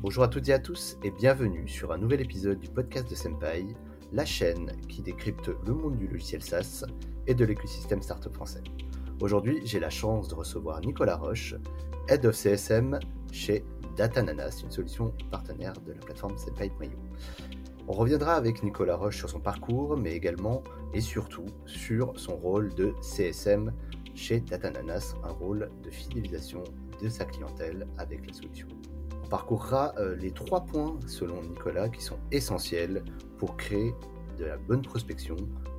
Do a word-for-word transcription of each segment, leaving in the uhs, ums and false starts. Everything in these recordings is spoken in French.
Bonjour à toutes et à tous et bienvenue sur un nouvel épisode du podcast de Senpai, la chaîne qui décrypte le monde du logiciel SaaS et de l'écosystème startup français. Aujourd'hui, j'ai la chance de recevoir Nicolas Roche, Head of C S M chez Datananas, une solution partenaire de la plateforme senpai point io. On reviendra avec Nicolas Roche sur son parcours, mais également et surtout sur son rôle de C S M chez Datananas, un rôle de fidélisation de sa clientèle avec la solution. On parcourra euh, les trois points, selon Nicolas, qui sont essentiels pour créer de la bonne prospection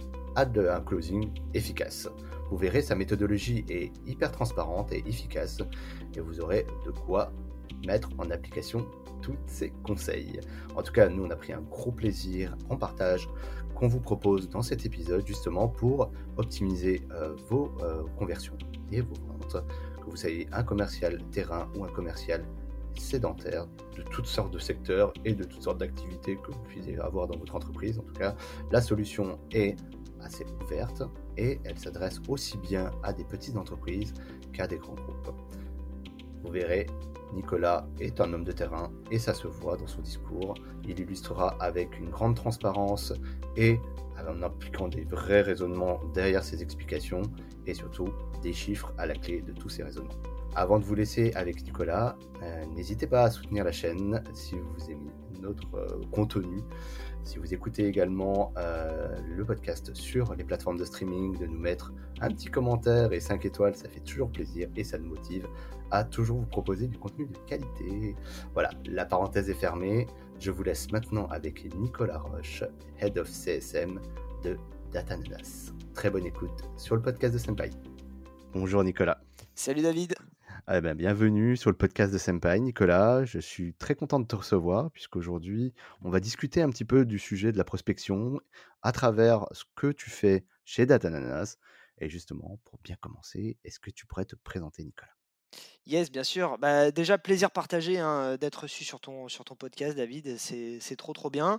à de un closing efficace. Vous verrez, sa méthodologie est hyper transparente et efficace, et vous aurez de quoi mettre en application tous ces conseils. En tout cas, nous, on a pris un gros plaisir en partage qu'on vous propose dans cet épisode, justement pour optimiser euh, vos euh, conversions et vos ventes, que vous soyez un commercial terrain ou un commercial sédentaire de toutes sortes de secteurs et de toutes sortes d'activités que vous puissiez avoir dans votre entreprise. En tout cas, la solution est assez ouverte et elle s'adresse aussi bien à des petites entreprises qu'à des grands groupes. Vous verrez, Nicolas est un homme de terrain et ça se voit dans son discours. Il illustrera avec une grande transparence et en appliquant des vrais raisonnements derrière ses explications et surtout des chiffres à la clé de tous ces raisonnements. Avant de vous laisser avec Nicolas, euh, n'hésitez pas à soutenir la chaîne si vous aimez notre euh, contenu. Si vous écoutez également euh, le podcast sur les plateformes de streaming, de nous mettre un petit commentaire et cinq étoiles, ça fait toujours plaisir et ça nous motive à toujours vous proposer du contenu de qualité. Voilà, la parenthèse est fermée. Je vous laisse maintenant avec Nicolas Roche, Head of C S M de Datananas. Très bonne écoute sur le podcast de Senpai. Bonjour Nicolas. Salut David. Eh ben, bienvenue sur le podcast de Senpai, Nicolas. Je suis très content de te recevoir puisqu'aujourd'hui, on va discuter un petit peu du sujet de la prospection à travers ce que tu fais chez Datananas. Et justement, pour bien commencer, est-ce que tu pourrais te présenter, Nicolas ? Yes, bien sûr. Bah, déjà, plaisir partagé hein, d'être reçu sur ton, sur ton podcast, David. C'est, c'est trop, trop bien.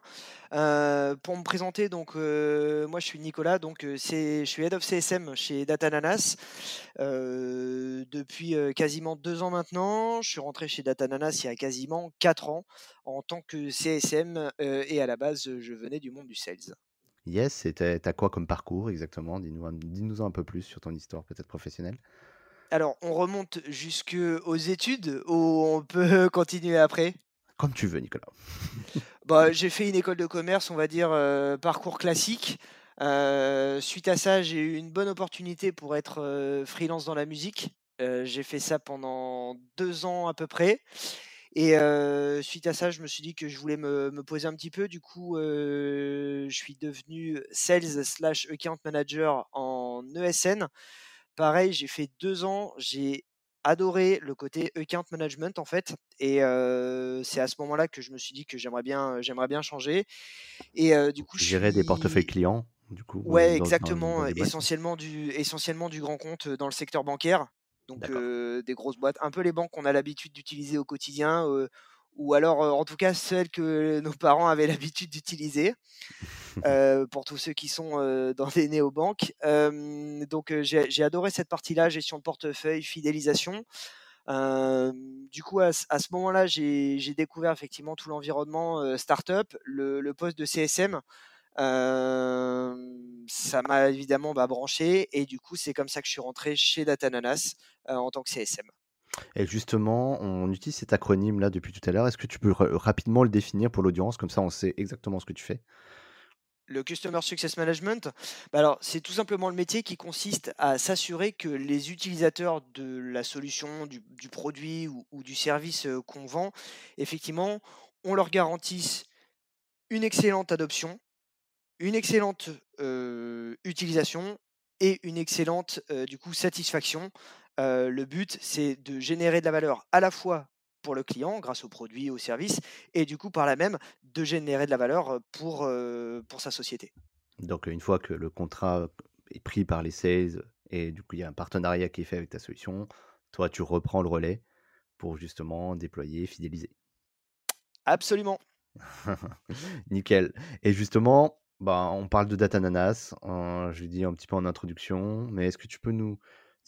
Euh, pour me présenter, donc, euh, moi, je suis Nicolas. Donc, euh, c'est, je suis Head of C S M chez Datananas euh, depuis euh, quasiment deux ans maintenant. Je suis rentré chez Datananas il y a quasiment quatre ans en tant que C S M euh, et à la base, je venais du monde du sales. Yes, et t'as t'as quoi comme parcours exactement ? Dis-nous, un- dis-nous un peu plus sur ton histoire peut-être professionnelle. Alors, on remonte jusque aux études ou on peut continuer après? Comme tu veux, Nicolas. Bah, j'ai fait une école de commerce, on va dire, heu, parcours classique. Heu, suite à ça, j'ai eu une bonne opportunité pour être, heu, freelance dans la musique. Heu, j'ai fait ça pendant deux ans à peu près et heu, suite à ça, je me suis dit que je voulais me me poser un petit peu. Du coup, heu, je suis devenu sales slash account manager en E S N. Pareil, j'ai fait deux ans, j'ai adoré le côté account management en fait et heu, c'est à ce moment-là que je me suis dit que j'aimerais bien, j'aimerais bien changer et heu, du coup, je Tu gérais des portefeuilles suis clients, du coup, euh, ouais, dans, dans- exactement, dans heu, des boîtes. essentiellement du essentiellement du grand compte, heu, dans le secteur bancaire. Donc D'accord. heu, des grosses boîtes, un peu les banques qu'on a l'habitude d'utiliser au quotidien, heu, ou alors, heu, en tout cas celles que nos parents avaient l'habitude d'utiliser. Heu, pour tous ceux qui sont, heu, dans des néobanques. Hem, donc heu, j'ai j'ai adoré cette partie-là, gestion de portefeuille, fidélisation. Hem, du coup, à ce à ce moment-là, j'ai j'ai découvert effectivement tout l'environnement, heu, start-up, le le poste de C S M. Hem, ça m'a évidemment, bah, branché et du coup, c'est comme ça que je suis rentré chez Datananas, heu, en tant que C S M. Et justement, on utilise cet acronyme-là depuis tout à l'heure. Est-ce que tu peux ra- rapidement le définir pour l'audience, comme ça on sait exactement ce que tu fais ? Le Customer Success Management, bah alors, c'est tout simplement le métier qui consiste à s'assurer que les utilisateurs de la solution, du, du produit ou, ou du service euh, qu'on vend, effectivement, on leur garantisse une excellente adoption, une excellente euh, utilisation et une excellente euh, du coup satisfaction. Euh, le but, c'est de générer de la valeur à la fois pour le client grâce au produit, au service, et du coup par là même de générer de la valeur pour, euh, pour sa société. Donc, une fois que le contrat est pris par les sales et du coup, il y a un partenariat qui est fait avec ta solution, toi, tu reprends le relais pour justement déployer, fidéliser. Absolument. Nickel. Et justement, bah, on parle de Datananas, euh, je l'ai dit un petit peu en introduction, mais est-ce que tu peux nous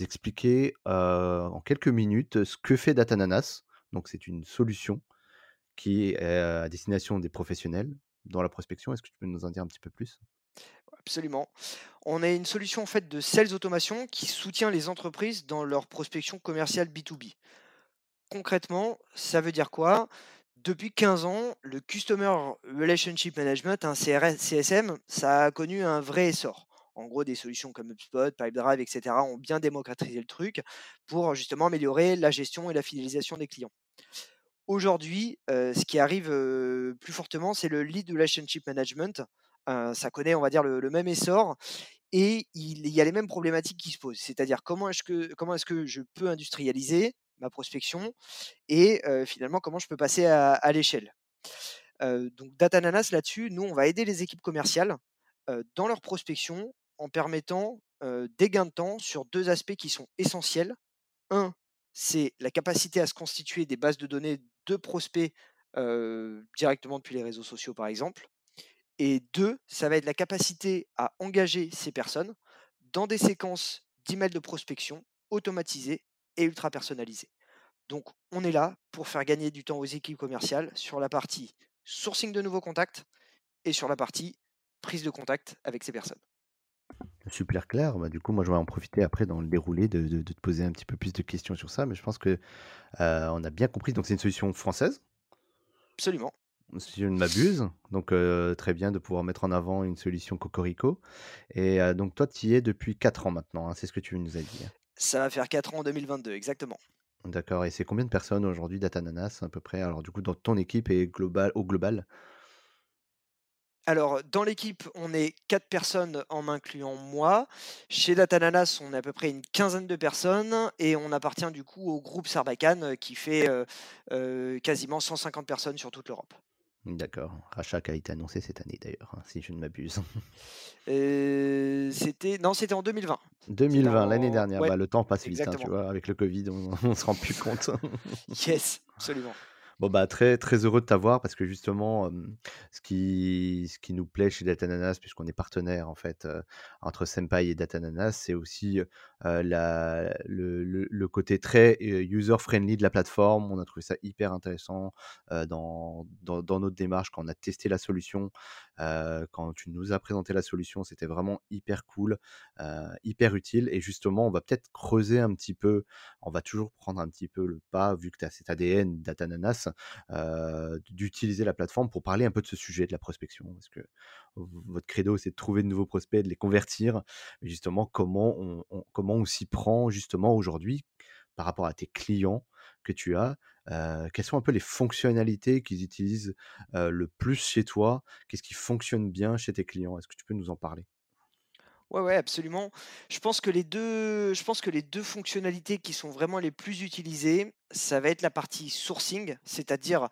expliquer euh, en quelques minutes ce que fait Datananas ? Donc, c'est une solution qui est, heu, à destination des professionnels dans la prospection. Est-ce que tu peux nous en dire un petit peu plus? Absolument. On a une solution en fait de sales automation qui soutient les entreprises dans leur prospection commerciale B deux B. Concrètement, ça veut dire quoi? Depuis quinze ans, le Customer Relationship Management, un C R S C S M, ça a connu un vrai essor. En gros, des solutions comme HubSpot, Pipedrive, et cetera ont bien démocratisé le truc pour justement améliorer la gestion et la fidélisation des clients. Aujourd'hui, heu, ce qui arrive, heu, plus fortement, c'est le Lead Relationship Management. Heu, ça connaît, on va dire, le le même essor et il il y a les mêmes problématiques qui se posent. C'est-à-dire comment est-ce que comment est-ce que je peux industrialiser ma prospection et heu, finalement comment je peux passer à à l'échelle? Heu, donc Data Ananas là-dessus, nous, on va aider les équipes commerciales, heu, dans leur prospection en permettant, heu, des gains de temps sur deux aspects qui sont essentiels. Un, c'est la capacité à se constituer des bases de données de prospects, heu, directement depuis les réseaux sociaux, par exemple. Et deux, ça va être la capacité à engager ces personnes dans des séquences d'emails de prospection automatisées et ultra personnalisées. Donc, on est là pour faire gagner du temps aux équipes commerciales sur la partie sourcing de nouveaux contacts et sur la partie prise de contact avec ces personnes. Super clair. Bah, du coup, moi, je vais en profiter après dans le déroulé de de de te poser un petit peu plus de questions sur ça, mais je pense que, heu, on a bien compris. Donc c'est une solution française, Absolument. si je ne m'abuse, donc heu, très bien de pouvoir mettre en avant une solution cocorico et heu, donc toi, tu y es depuis quatre ans maintenant, hein, c'est ce que tu nous as dit, hein? Ça va faire quatre ans en deux mille vingt-deux, exactement. D'accord et c'est combien de personnes aujourd'hui Datananas à peu près? Alors du coup, dans ton équipe et global au global? Alors, dans l'équipe, on est quatre personnes en m'incluant moi. Chez Datananas, on est à peu près une quinzaine de personnes et on appartient du coup au groupe Sarbacane euh, qui fait euh, euh, quasiment cent cinquante personnes sur toute l'Europe. D'accord, rachat qui a été annoncé cette année d'ailleurs, hein, si je ne m'abuse. Euh, c'était non, c'était en deux mille vingt. C'était deux mille vingt, l'année en dernière, ouais, bah, le temps passe vite, hein, tu exactement. vois? Avec le covid, on on se rend plus compte. Yes, absolument. Bon, bah, très, très heureux de t'avoir parce que justement, hem, ce qui ce qui nous plaît chez Datananas, puisqu'on est partenaire en fait, heu, entre Senpai et Datananas, c'est aussi, heu, la le le le côté très, heu, user friendly de la plateforme. On a trouvé ça hyper intéressant, heu, dans dans dans notre démarche quand on a testé la solution. Heu, quand tu nous as présenté la solution, c'était vraiment hyper cool, heu, hyper utile et justement, on va peut-être creuser un petit peu. On va toujours prendre un petit peu le pas, vu que tu as cet A D N Datananas, heu, d'utiliser la plateforme pour parler un peu de ce sujet de la prospection. Parce que v votre credo, c'est de trouver de nouveaux prospects, de les convertir. Mais justement, comment on on comment on s'y prend justement aujourd'hui par rapport à tes clients que tu as? Heu, quelles sont un peu les fonctionnalités qu'ils utilisent, heu, le plus chez toi? Qu'est-ce qui fonctionne bien chez tes clients? Est-ce que tu peux nous en parler? Ouais, ouais, absolument. Je pense que les deux, je pense que les deux fonctionnalités qui sont vraiment les plus utilisées, ça va être la partie sourcing, c'est-à-dire,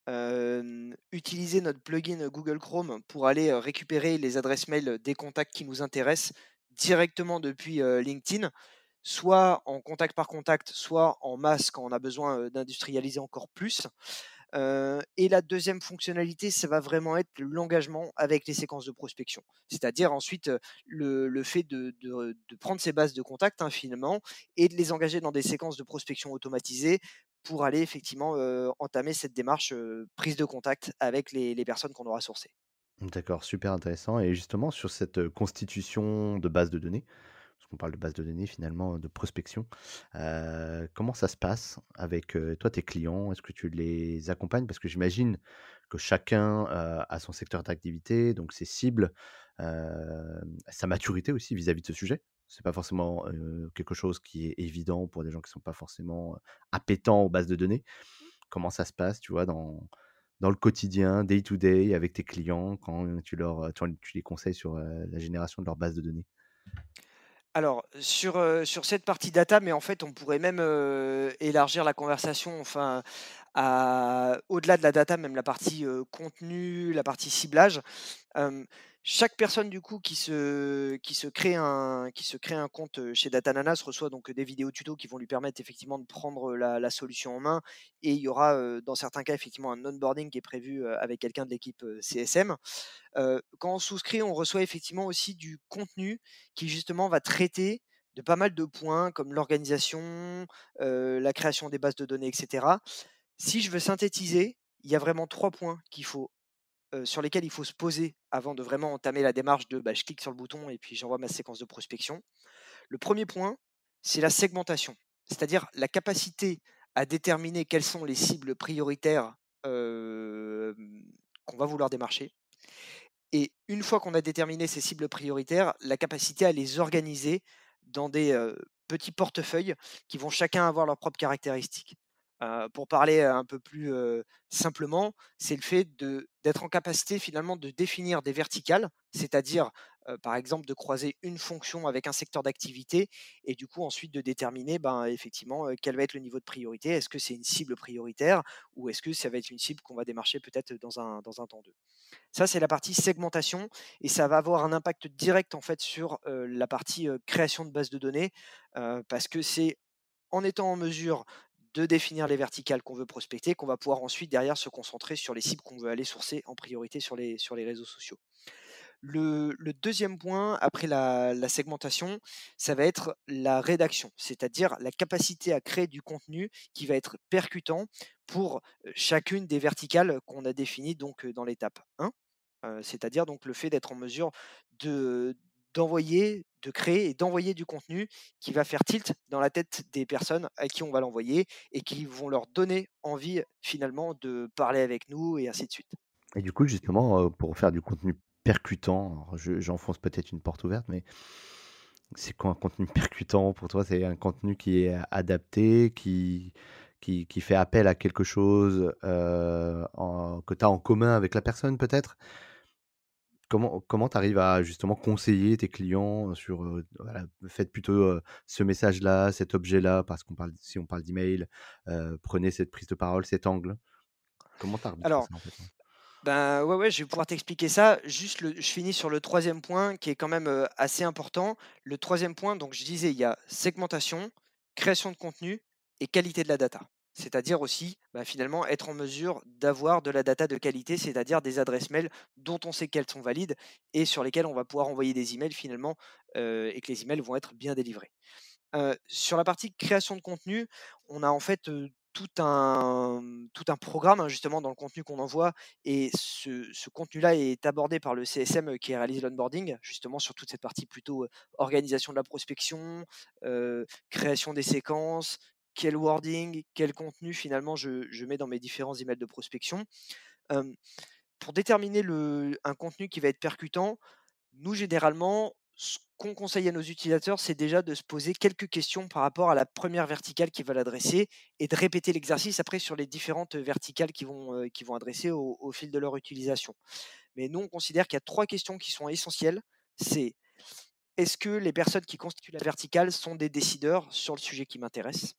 hem, utiliser notre plugin Google Chrome pour aller, heu, récupérer les adresses mail des contacts qui nous intéressent directement depuis, heu, LinkedIn, soit en contact par contact, soit en masse quand on a besoin, heu, d'industrialiser encore plus. Heu et la deuxième fonctionnalité, ça va vraiment être l'engagement avec les séquences de prospection. C'est-à-dire ensuite, heu, le le fait de de de prendre ces bases de contacts, hein, finalement et de les engager dans des séquences de prospection automatisées pour aller effectivement, heu, entamer cette démarche, heu, prise de contact avec les les personnes qu'on aura sourcées. D'accord, super intéressant et justement sur cette, heu, constitution de base de données, parce qu'on parle de base de données finalement, de prospection, heu, comment ça se passe avec, heu, toi, tes clients? Est-ce que tu les accompagnes? Parce que j'imagine que chacun, heu, a son secteur d'activité, donc ses cibles, hem, sa maturité aussi vis-à-vis de ce sujet. C'est pas forcément, heu, quelque chose qui est évident pour des gens qui sont pas forcément, heu, appétents aux bases de données. Comment ça se passe, tu vois, dans dans le quotidien, day to day avec tes clients quand, tu leur, tu tu les conseilles sur, heu, la génération de leur base de données? Alors, sur, heu, sur cette partie data, mais en fait, on pourrait même, heu, élargir la conversation, enfin, à au-delà de la data, même la partie, heu, contenu, la partie ciblage. Hem, Chaque personne du coup qui se qui se crée un qui se crée un compte, heu, chez Datananas reçoit donc des vidéos tutos qui vont lui permettre effectivement de prendre, la la solution en main et il y aura, heu, dans certains cas effectivement un onboarding qui est prévu, heu, avec quelqu'un de l'équipe, heu, C S M. Heu, quand on souscrit, on reçoit effectivement aussi du contenu qui justement va traiter de pas mal de points comme l'organisation, heu, la création des bases de données et cetera. Si je veux synthétiser, il y a vraiment trois points qu'il faut, heu, sur lesquels il faut se poser avant de vraiment entamer la démarche de, bah, je clique sur le bouton et puis j'envoie ma séquence de prospection. Le premier point, c'est la segmentation, c'est-à-dire la capacité à déterminer quelles sont les cibles prioritaires, hem, qu'on va vouloir démarcher et une fois qu'on a déterminé ces cibles prioritaires, la capacité à les organiser dans des, heu, petits portefeuilles qui vont chacun avoir leurs propres caractéristiques. Heu, pour parler, heu, un peu plus, heu, simplement, c'est le fait de d'être en capacité finalement de définir des verticales, c'est-à-dire, heu, par exemple de croiser une fonction avec un secteur d'activité et du coup ensuite de déterminer, ben, effectivement, heu, quel va être le niveau de priorité. Est-ce que c'est une cible prioritaire ou est-ce que ça va être une cible qu'on va démarcher peut-être dans un dans un temps deux. Ça, c'est la partie segmentation et ça va avoir un impact direct en fait sur, heu, la partie, heu, création de base de données, heu, parce que c'est en étant en mesure de définir les verticales qu'on veut prospecter, qu'on va pouvoir ensuite derrière se concentrer sur les cibles qu'on veut aller sourcer en priorité sur les sur les réseaux sociaux. Le le deuxième point après la la segmentation, ça va être la rédaction, c'est-à-dire la capacité à créer du contenu qui va être percutant pour, heu, chacune des verticales qu'on a définies donc, heu, dans l'étape un. Heu, c'est-à-dire donc le fait d'être en mesure de d'envoyer, de créer et d'envoyer du contenu qui va faire tilt dans la tête des personnes à qui on va l'envoyer et qui vont leur donner envie finalement de parler avec nous et ainsi de suite. Et du coup, justement, heu, pour faire du contenu percutant, alors je j'enfonce peut-être une porte ouverte, mais c'est quoi un contenu percutant pour toi? C'est un contenu qui est adapté, qui qui qui fait appel à quelque chose, heu, en que tu as en commun avec la personne peut-être? Comment comment tu arrives à justement conseiller tes clients sur, heu, voilà, faites plutôt, heu, ce message-là, cet objet-là, parce qu'on parle si on parle d'email, heu, prenez cette prise de parole, cet angle. Comment tu arbitres Alors ça en fait, ouais? ben, ouais, ouais, je vais pouvoir t'expliquer ça. Juste le je finis sur le troisième point qui est quand même, heu, assez important. Le troisième point, donc je disais, il y a segmentation, création de contenu et qualité de la data. C'est-à-dire aussi, bah, finalement, être en mesure d'avoir de la data de qualité, c'est-à-dire des adresses mail dont on sait qu'elles sont valides et sur lesquelles on va pouvoir envoyer des emails finalement, heu et que les emails vont être bien délivrés. Heu, sur la partie création de contenu, on a en fait, heu, tout un, mmh, tout un programme, hein, justement dans le contenu qu'on envoie et ce ce contenu-là est abordé par le C S M, heu, qui réalise l'onboarding, justement sur toute cette partie plutôt, heu, organisation de la prospection, heu, création des séquences, quel wording, quel contenu finalement je je mets dans mes différents emails de prospection. Hem, pour déterminer le un contenu qui va être percutant, nous, généralement, ce qu'on conseille à nos utilisateurs, c'est déjà de se poser quelques questions par rapport à la première verticale qui va l'adresser et de répéter l'exercice après sur les différentes verticales qui vont, heu, qui vont adresser au au fil de leur utilisation. Mais nous, on considère qu'il y a trois questions qui sont essentielles. C'est: est-ce que les personnes qui constituent la verticale sont des décideurs sur le sujet qui m'intéresse?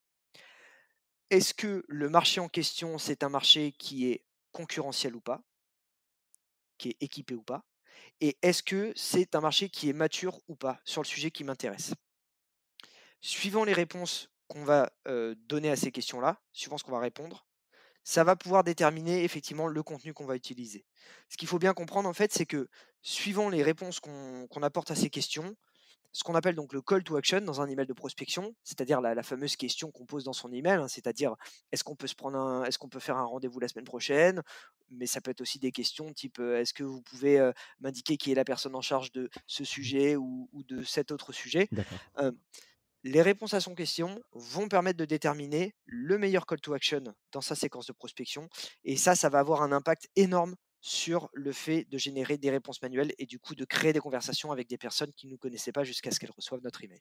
Est-ce que le marché en question, c'est un marché qui est concurrentiel ou pas? Qui est équipé ou pas? Et est-ce que c'est un marché qui est mature ou pas sur le sujet qui m'intéresse? Suivant les réponses qu'on va, heu, donner à ces questions-là, suivant ce qu'on va répondre, ça va pouvoir déterminer effectivement le contenu qu'on va utiliser. Ce qu'il faut bien comprendre en fait, c'est que suivant les réponses qu'on qu'on apporte à ces questions, ce qu'on appelle donc le call to action dans un email de prospection, c'est-à-dire la la fameuse question qu'on pose dans son email, hein, c'est-à-dire: «Est-ce qu'on peut se prendre un est-ce qu'on peut faire un rendez-vous la semaine prochaine?» Mais ça peut être aussi des questions type, heu: «Est-ce que vous pouvez, heu, m'indiquer qui est la personne en charge de ce sujet ou ou de cet autre sujet?» D'accord. Hem, les réponses à son question vont permettre de déterminer le meilleur call to action dans sa séquence de prospection et ça, ça va avoir un impact énorme sur le fait de générer des réponses manuelles et du coup de créer des conversations avec des personnes qui ne nous connaissaient pas jusqu'à ce qu'elles reçoivent notre email.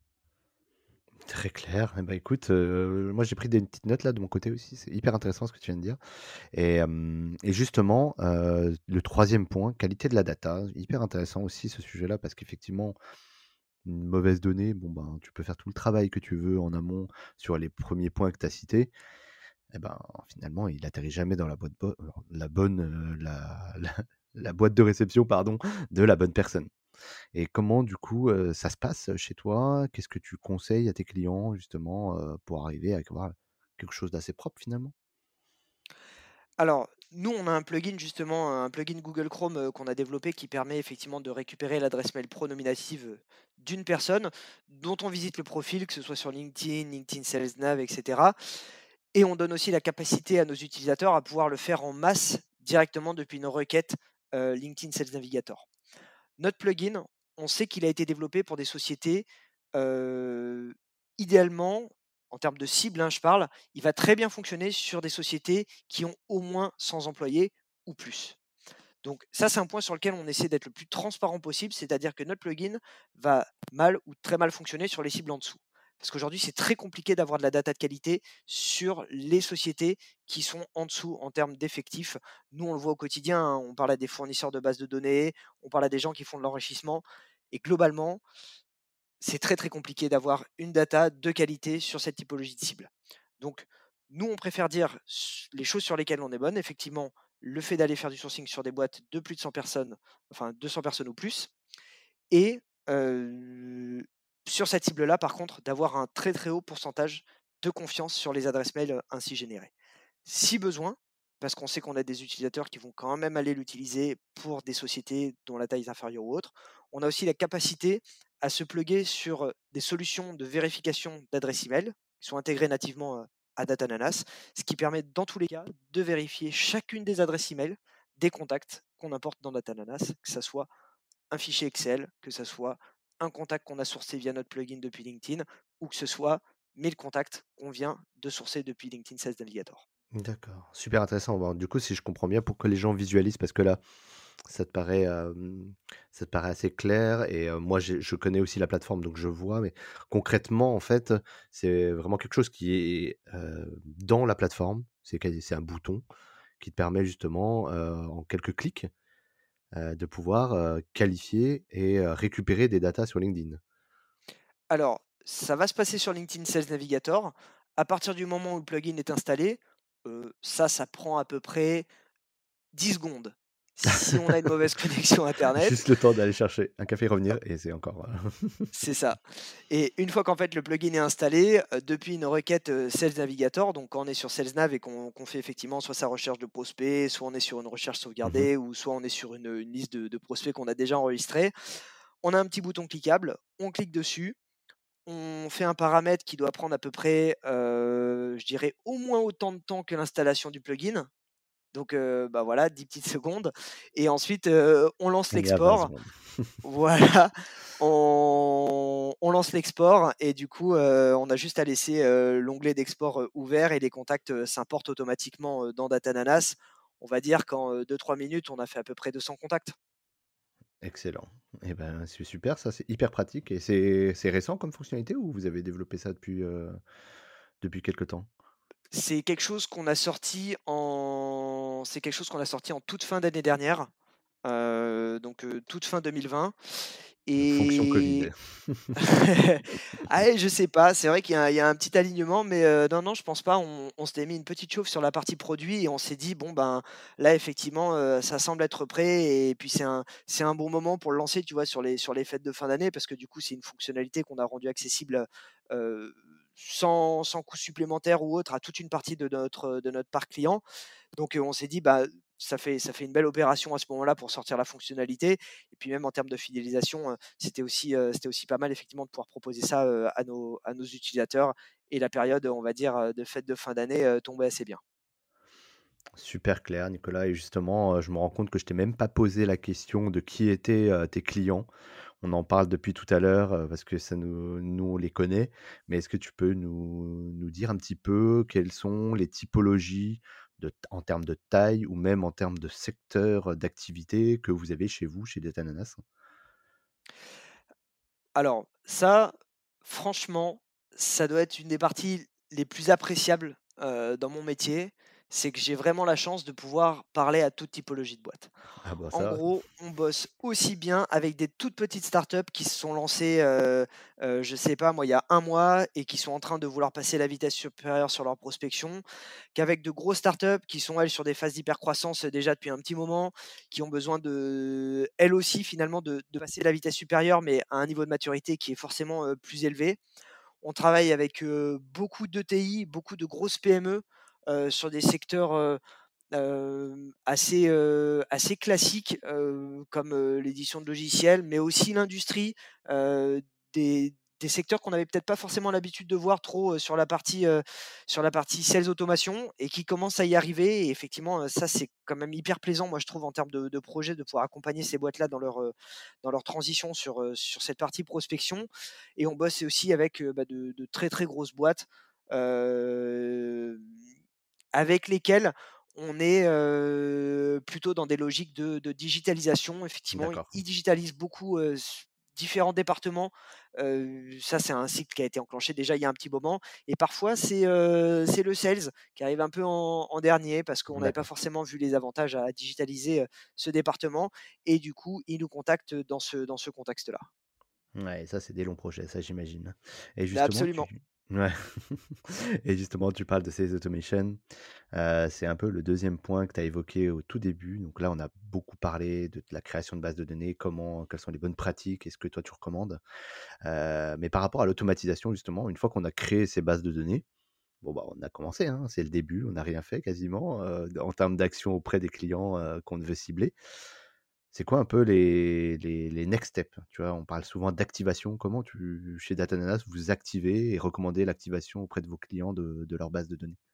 Très clair. Et bah, écoute, heu, moi j'ai pris des petites notes là de mon côté aussi, c'est hyper intéressant ce que tu viens de dire et hem et justement, heu, le troisième point, qualité de la data, hyper intéressant aussi ce sujet-là parce qu'effectivement, une mauvaise donnée, bon, ben, tu peux faire tout le travail que tu veux en amont sur les premiers points que tu as cités et ben, finalement, il atterrit jamais dans la boîte bo la bonne, heu, la la la boîte de réception, pardon, de la bonne personne. Et comment du coup, heu, ça se passe chez toi? Qu'est-ce que tu conseilles à tes clients justement, heu, pour arriver à avoir quelque chose d'assez propre finalement? Alors, nous, on a un plugin justement, un plugin Google Chrome, heu, qu'on a développé qui permet effectivement de récupérer l'adresse mail pro-nominative, heu, d'une personne dont on visite le profil, que ce soit sur LinkedIn, LinkedIn Sales Nav et cetera Et on donne aussi la capacité à nos utilisateurs à pouvoir le faire en masse directement depuis une requête euh, LinkedIn Sales Navigator. Notre plugin, on sait qu'il a été développé pour des sociétés, euh, idéalement, en termes de cible, hein, je parle, il va très bien fonctionner sur des sociétés qui ont au moins cent employés ou plus. Donc ça, c'est un point sur lequel on essaie d'être le plus transparent possible, c'est-à-dire que notre plugin va mal ou très mal fonctionner sur les cibles en dessous. Parce qu'aujourd'hui, c'est très compliqué d'avoir de la data de qualité sur les sociétés qui sont en dessous en termes d'effectifs. Nous, on le voit au quotidien, hein, on parle à des fournisseurs de bases de données, on parle à des gens qui font de l'enrichissement, et globalement, c'est très très compliqué d'avoir une data de qualité sur cette typologie de cible. Donc, nous, on préfère dire les choses sur lesquelles on est bonne. Effectivement, le fait d'aller faire du sourcing sur des boîtes de plus de cent personnes, enfin deux cents personnes ou plus, et euh, sur cette cible-là, par contre, d'avoir un très très haut pourcentage de confiance sur les adresses mail ainsi générées. Si besoin, parce qu'on sait qu'on a des utilisateurs qui vont quand même aller l'utiliser pour des sociétés dont la taille est inférieure ou autre, on a aussi la capacité à se plugger sur des solutions de vérification d'adresse email qui sont intégrées nativement à Datananas, ce qui permet dans tous les cas de vérifier chacune des adresses email des contacts qu'on importe dans Datananas, que ce soit un fichier Excel, que ce soit un contact qu'on a sourcé via notre plugin depuis LinkedIn, ou que ce soit mille contacts qu'on vient de sourcer depuis LinkedIn Sales Navigator. D'accord, super intéressant. Bon, du coup, si je comprends bien, pour que les gens visualisent, parce que là, ça te paraît, hem, ça te paraît assez clair et heu, moi, j'ai je connais aussi la plateforme, donc je vois, mais concrètement, en fait, c'est vraiment quelque chose qui est, heu, dans la plateforme. C'est quasi c'est un bouton qui te permet justement, heu, en quelques clics, heu, de pouvoir, heu, qualifier et heu, récupérer des datas sur LinkedIn. Alors, ça va se passer sur LinkedIn Sales Navigator. À partir du moment où le plugin est installé, euh, ça, ça prend à peu près dix secondes. Si on a une mauvaise connexion Internet, Juste le temps d'aller chercher un café, revenir et c'est encore, heu c'est ça. Et une fois qu'en fait le plugin est installé, euh, depuis une requête euh, Sales Navigator, donc quand on est sur Sales Nav et qu'on qu'on fait effectivement soit sa recherche de prospects, soit on est sur une recherche Mmh. sauvegardée, ou soit on est sur une, une liste de, de prospects qu'on a déjà enregistrés, on a un petit bouton cliquable, on clique dessus, on fait un paramètre qui doit prendre à peu près, euh, je dirais, au moins autant de temps que l'installation du plugin. Donc, euh, bah voilà, dix petites secondes. Et ensuite, euh, on lance On est à vingt l'export. secondes. Voilà, on, on lance l'export et du coup, euh, on a juste à laisser euh, l'onglet d'export euh, ouvert et les contacts euh, s'importent automatiquement euh, dans Datananas. On va dire qu'en deux trois minutes, on a fait à peu près deux cents contacts. Excellent. Et ben, c'est super ça, c'est hyper pratique et c'est c'est récent comme fonctionnalité ou vous avez développé ça depuis, heu, depuis quelque temps? C'est quelque chose qu'on a sorti en, c'est quelque chose qu'on a sorti en toute fin d'année dernière. Heu, donc heu, toute fin deux mille vingt. Fonction Covid. Et ah ouais, je sais pas, c'est vrai qu'il y a un il y a un petit alignement, mais heu, non, non, je pense pas. On on s'était mis une petite chauffe sur la partie produit et on s'est dit: «Bon, ben, là, effectivement, heu, ça semble être prêt et puis c'est un c'est un bon moment pour le lancer», tu vois? Sur les sur les fêtes de fin d'année parce que du coup, c'est une fonctionnalité qu'on a rendue accessible, heu, sans sans coût supplémentaire ou autre à toute une partie de notre, de notre parc client. Donc, heu, on s'est dit: «Bah, ça fait ça fait une belle opération à ce moment-là pour sortir la fonctionnalité», et puis même en termes de fidélisation, heu, c'était aussi, heu, c'était aussi pas mal effectivement de pouvoir proposer ça, heu, à nos à nos utilisateurs, et la période, on va dire, heu, de fête de fin d'année, heu, tombait assez bien. Super clair Nicolas et justement, heu, je me rends compte que je t'ai même pas posé la question de qui étaient, heu, tes clients. On en parle depuis tout à l'heure, heu, parce que ça nous nous on les connaît, mais est-ce que tu peux nous nous dire un petit peu quelles sont les typologies de t en termes de taille ou même en termes de secteur, d'activité que vous avez chez vous, chez Datananas? Alors ça, franchement, ça doit être une des parties les plus appréciables, heu, dans mon métier. C'est que j'ai vraiment la chance de pouvoir parler à toute typologie de boîte. Ah bah En ça. gros, on bosse aussi bien avec des toutes petites startups qui se sont lancées, heu heu, je sais pas moi, il y a un mois et qui sont en train de vouloir passer la vitesse supérieure sur leur prospection, qu'avec de grosses startups qui sont, elles, sur des phases d'hypercroissance, heu, déjà depuis un petit moment, qui ont besoin de elles aussi finalement de de passer la vitesse supérieure, mais à un niveau de maturité qui est forcément, heu, plus élevé. On travaille avec, heu, beaucoup d'E T I, beaucoup de grosses P M E, heu, sur des secteurs, heu Hem, assez, heu, assez classique, heu, comme, heu, l'édition de logiciels, mais aussi l'industrie, heu, des des secteurs qu'on avait peut-être pas forcément l'habitude de voir trop, heu, sur la partie, heu, sur la partie sales automation et qui commencent à y arriver et effectivement, heu, ça c'est quand même hyper plaisant moi je trouve en termes de de projet de pouvoir accompagner ces boîtes-là dans leur, heu, dans leur transition sur, heu, sur cette partie prospection et on bosse aussi avec, heu, bah, de de très, très grosses boîtes, hem, avec lesquelles on est, heu, plutôt dans des logiques de de digitalisation. Effectivement, D'accord. ils digitalisent beaucoup, heu, s différents départements. Heu, ça, c'est un cycle qui a été enclenché déjà il y a un petit moment et parfois c'est, heu, c'est le sales qui arrive un peu en en dernier parce qu'on n'avait pas D'accord. forcément vu les avantages à digitaliser, heu, ce département et du coup, ils nous contactent dans ce dans ce contexte-là. Ouais, ça, c'est des longs projets, ça, j'imagine. Et justement, Absolument. tu ouais et justement, tu parles de ces automations. Heu, c'est un peu le deuxième point que tu as évoqué au tout début. Donc là, on a beaucoup parlé de la création de bases de données, comment quelles sont les bonnes pratiques et ce que toi tu recommandes. Heu, mais par rapport à l'automatisation, justement, une fois qu'on a créé ces bases de données, bon, bah, on a commencé, hein, c'est le début, on n'a rien fait quasiment, heu, en termes d'action auprès des clients, heu, qu'on veut cibler. C'est quoi un peu les les les next steps? Tu vois, on parle souvent d'activation. Comment tu chez Datananas, vous activez et recommandez l'activation auprès de vos clients de de leur base de données?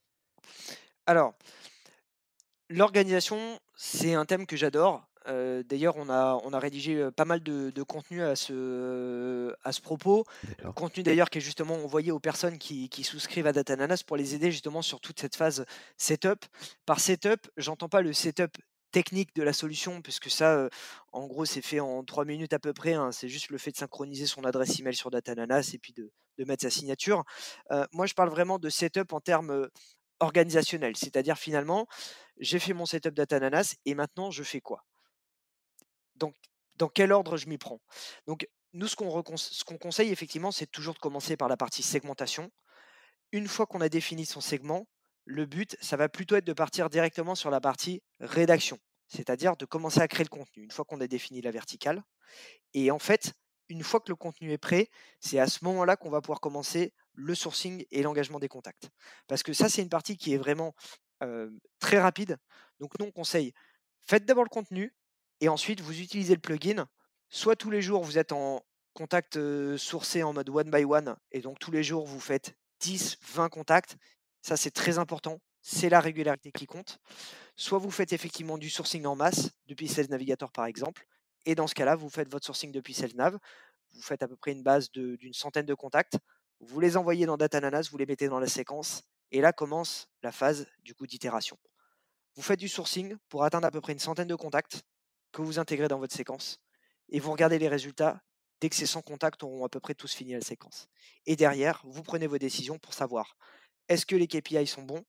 Alors, l'organisation, c'est un thème que j'adore. Heu, d'ailleurs, on a on a rédigé, heu, pas mal de de contenu à ce à ce propos. D'accord. Contenu d'ailleurs qui est justement envoyé aux personnes qui qui souscrivent à Datananas pour les aider justement sur toute cette phase setup. Par setup, j'entends pas le setup technique de la solution puisque ça, heu, en gros, c'est fait en trois minutes à peu près, hein. C'est juste le fait de synchroniser son adresse email sur Datananas et puis de de mettre sa signature. Heu, moi, je parle vraiment de setup en termes, heu, organisationnels. C'est-à-dire finalement, j'ai fait mon setup Datananas et maintenant je fais quoi? Donc, dans quel ordre je m'y prends? Donc, nous, ce qu'on recon ce qu'on conseille effectivement, c'est toujours de commencer par la partie segmentation. Une fois qu'on a défini son segment, le but, ça va plutôt être de partir directement sur la partie rédaction, c'est-à-dire de commencer à créer le contenu. Une fois qu'on a défini la verticale, et en fait, une fois que le contenu est prêt, c'est à ce moment-là qu'on va pouvoir commencer le sourcing et l'engagement des contacts. Parce que ça, c'est une partie qui est vraiment euh, très rapide. Donc, nous, on conseille, faites d'abord le contenu et ensuite, vous utilisez le plugin. Soit tous les jours, vous êtes en contact euh, sourcé en mode one by one et donc tous les jours, vous faites dix, vingt contacts. Ça, c'est très important. C'est la régularité qui compte. Soit vous faites effectivement du sourcing en masse, depuis Sales Navigator par exemple, et dans ce cas-là, vous faites votre sourcing depuis SalesNav, vous faites à peu près une base de- d'une centaine de contacts, vous les envoyez dans Datananas, vous les mettez dans la séquence, et là commence la phase du coup d'itération. Vous faites du sourcing pour atteindre à peu près une centaine de contacts que vous intégrez dans votre séquence, et vous regardez les résultats dès que ces cent contacts auront à peu près tous fini la séquence. Et derrière, vous prenez vos décisions pour savoir est-ce que les K P I sont bons,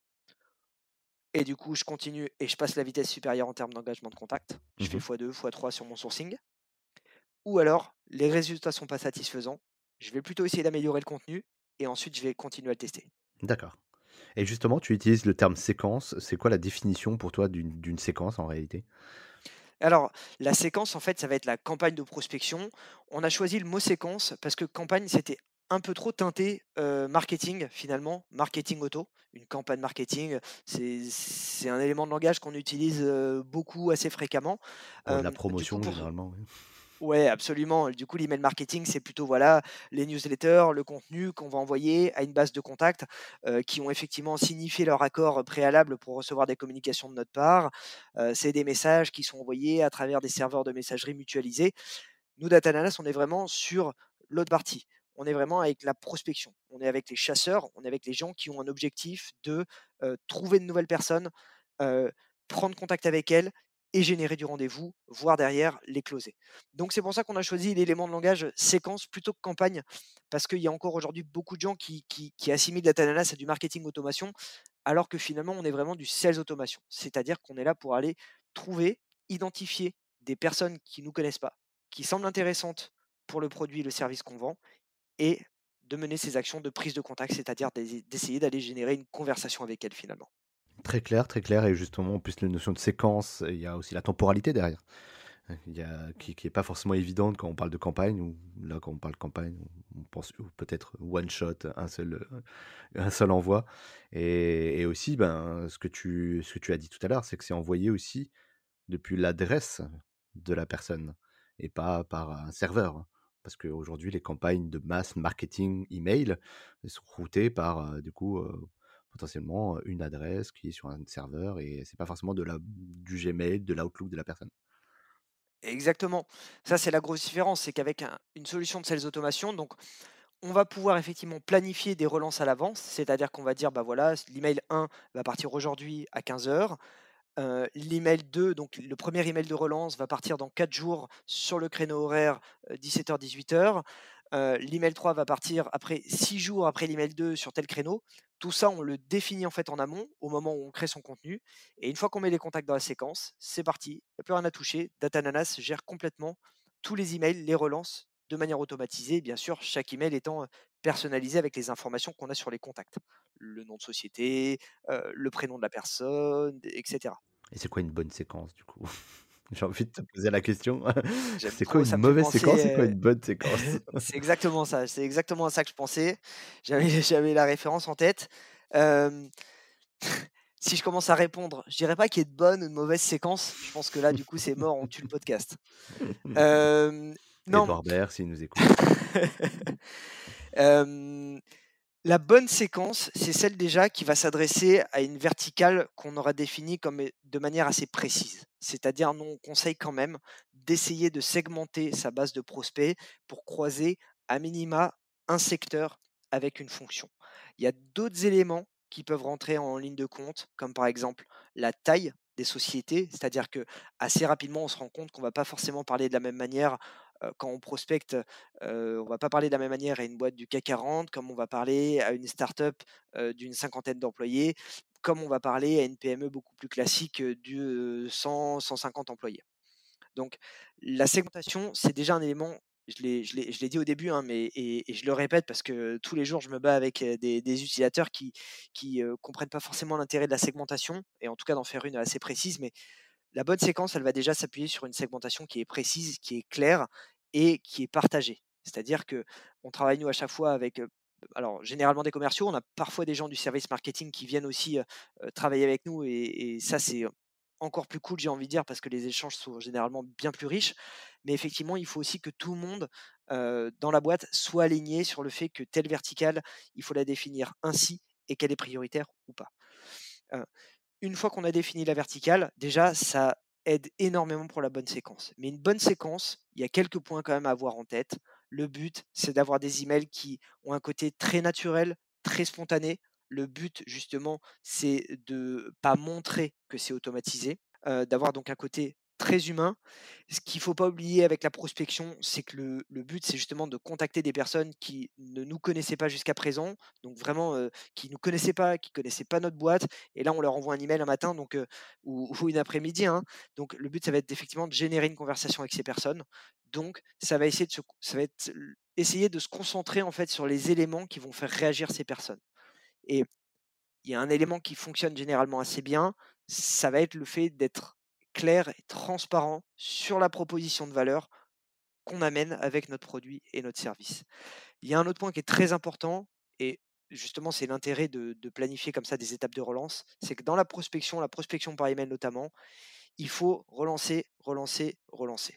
et du coup, je continue et je passe la vitesse supérieure en termes d'engagement de contact. Je fais Mmh. fois deux, fois trois sur mon sourcing. Ou alors, les résultats sont pas satisfaisants. Je vais plutôt essayer d'améliorer le contenu et ensuite je vais continuer à le tester. D'accord. Et justement, tu utilises le terme séquence. C'est quoi la définition pour toi d'une d'une séquence en réalité? Alors, la séquence, en fait, ça va être la campagne de prospection. On a choisi le mot séquence parce que campagne, c'était un peu trop teinté euh, marketing finalement, marketing auto. Une campagne marketing, c'est c'est un élément de langage qu'on utilise euh, beaucoup, assez fréquemment. Pour de la Euh, du coup, promotion pour, généralement, oui. Ouais, absolument. Du coup, l'email marketing, c'est plutôt voilà, les newsletters, le contenu qu'on va envoyer à une base de contacts euh, qui ont effectivement signifié leur accord préalable pour recevoir des communications de notre part. Euh, c'est des messages qui sont envoyés à travers des serveurs de messagerie mutualisés. Nous, Data Analyst, on est vraiment sur l'autre partie. On est vraiment avec la prospection. On est avec les chasseurs, on est avec les gens qui ont un objectif de euh, trouver de nouvelles personnes, euh, prendre contact avec elles et générer du rendez-vous, voire derrière les closer. Donc c'est pour ça qu'on a choisi l'élément de langage séquence plutôt que campagne, parce qu'il y a encore aujourd'hui beaucoup de gens qui, qui, qui assimilent Data Analyst à du marketing automation, alors que finalement on est vraiment du sales automation. C'est-à-dire qu'on est là pour aller trouver, identifier des personnes qui ne nous connaissent pas, qui semblent intéressantes pour le produit et le service qu'on vend, et de mener ces actions de prise de contact, c'est-à-dire d'essayer d'aller générer une conversation avec elles finalement. Très clair, très clair et justement, en plus, la notion de séquence, il y a aussi la temporalité derrière. Il y a qui qui est pas forcément évidente quand on parle de campagne ou là, quand on parle campagne, on on pense ou peut-être one shot, un seul, heu, un seul envoi et et aussi, ben, ce que tu ce que tu as dit tout à l'heure, c'est que c'est envoyé aussi depuis l'adresse de la personne et pas par un serveur. Parce qu'aujourd'hui, les campagnes de mass marketing email elles sont routées par, heu, du coup, heu, potentiellement, une adresse qui est sur un serveur et c'est pas forcément de la du Gmail, de l'Outlook de la personne. Exactement. Ça, c'est la grosse différence, c'est qu'avec un une solution de sales automation, donc on va pouvoir effectivement planifier des relances à l'avance, c'est-à-dire qu'on va dire: «Bah, voilà, l'email un va partir aujourd'hui à quinze heures. Heu, l'email deux, donc le premier email de relance va partir dans quatre jours sur le créneau horaire, heu, dix-sept heures-dix-huit heures. Heu, l'email trois va partir après six jours après l'email deux sur tel créneau. Tout ça, on le définit en fait en amont, au moment où on crée son contenu et une fois qu'on met les contacts dans la séquence, c'est parti, il y a plus rien à toucher. Datananas gère complètement tous les emails, les relances de manière automatisée, bien sûr, chaque email étant, heu, personnalisé avec les informations qu'on a sur les contacts. Le nom de société, heu, le prénom de la personne et cetera. Et c'est quoi une bonne séquence du coup? J'ai envie de te poser la question. J'aime C'est quoi trop, une ça me fait mauvaise séquence? penser, C'est quoi heu, une bonne séquence? c'est exactement ça, c'est exactement à ça que je pensais. J'avais j'avais la référence en tête. Hem, si je commence à répondre, je dirais pas qu'il y ait de bonnes ou de mauvaises séquences. Je pense que là, du coup, c'est mort, on tue le podcast. Hem, non, Edouard Baird, s'il nous écoute. hem, la bonne séquence, c'est celle déjà qui va s'adresser à une verticale qu'on aura définie comme é de manière assez précise. C'est-à-dire, nous, on conseille quand même d'essayer de segmenter sa base de prospects pour croiser à minima un secteur avec une fonction. Il y a d'autres éléments qui peuvent rentrer en ligne de compte, comme par exemple la taille des sociétés, c'est-à-dire que assez rapidement, on se rend compte qu'on va pas forcément parler de la même manière, heu, quand on prospecte. Heu, on va pas parler de la même manière à une boîte du CAC quarante, comme on va parler à une start-up, heu, d'une cinquantaine d'employés, comme on va parler à une P M E beaucoup plus classique, heu, du, heu, cent cent cinquante employés. Donc la segmentation, c'est déjà un élément, je l'ai je l'ai je l'ai dit au début, hein, mais et et je le répète parce que tous les jours je me bats avec, heu, des des utilisateurs qui qui, heu, comprennent pas forcément l'intérêt de la segmentation et en tout cas d'en faire une assez précise, mais la bonne séquence, elle va déjà s'appuyer sur une segmentation qui est précise, qui est claire et qui est partagée. C'est-à-dire que on travaille nous à chaque fois avec, heu, alors généralement des commerciaux, on a parfois des gens du service marketing qui viennent aussi, heu heu, travailler avec nous et et ça c'est, encore plus cool, j'ai envie de dire, parce que les échanges sont généralement bien plus riches. Mais effectivement, il faut aussi que tout le monde, heu, dans la boîte soit aligné sur le fait que telle verticale, il faut la définir ainsi et qu'elle est prioritaire ou pas. Heu une fois qu'on a défini la verticale, déjà, ça aide énormément pour la bonne séquence. Mais une bonne séquence, il y a quelques points quand même à avoir en tête. Le but, c'est d'avoir des emails qui ont un côté très naturel, très spontané. Le but, justement, c'est de pas montrer que c'est automatisé, heu, d'avoir donc un côté très humain. Ce qu'il faut pas oublier avec la prospection, c'est que le le but, c'est justement de contacter des personnes qui ne nous connaissaient pas jusqu'à présent, donc vraiment, heu, qui nous connaissaient pas, qui connaissaient pas notre boîte et là, on leur envoie un email un matin donc heu, ou ou une après-midi, hein. Donc le but, ça va être effectivement de générer une conversation avec ces personnes. Donc ça va essayer de se ça va être l essayer de se concentrer, en fait, sur les éléments qui vont faire réagir ces personnes et il y a un élément qui fonctionne généralement assez bien, ça va être le fait d'être clair et transparent sur la proposition de valeur qu'on amène avec notre produit et notre service. Il y a un autre point qui est très important et justement, c'est l'intérêt de de planifier comme ça des étapes de relance, c'est que dans la prospection, la prospection par email notamment, il faut relancer, relancer, relancer.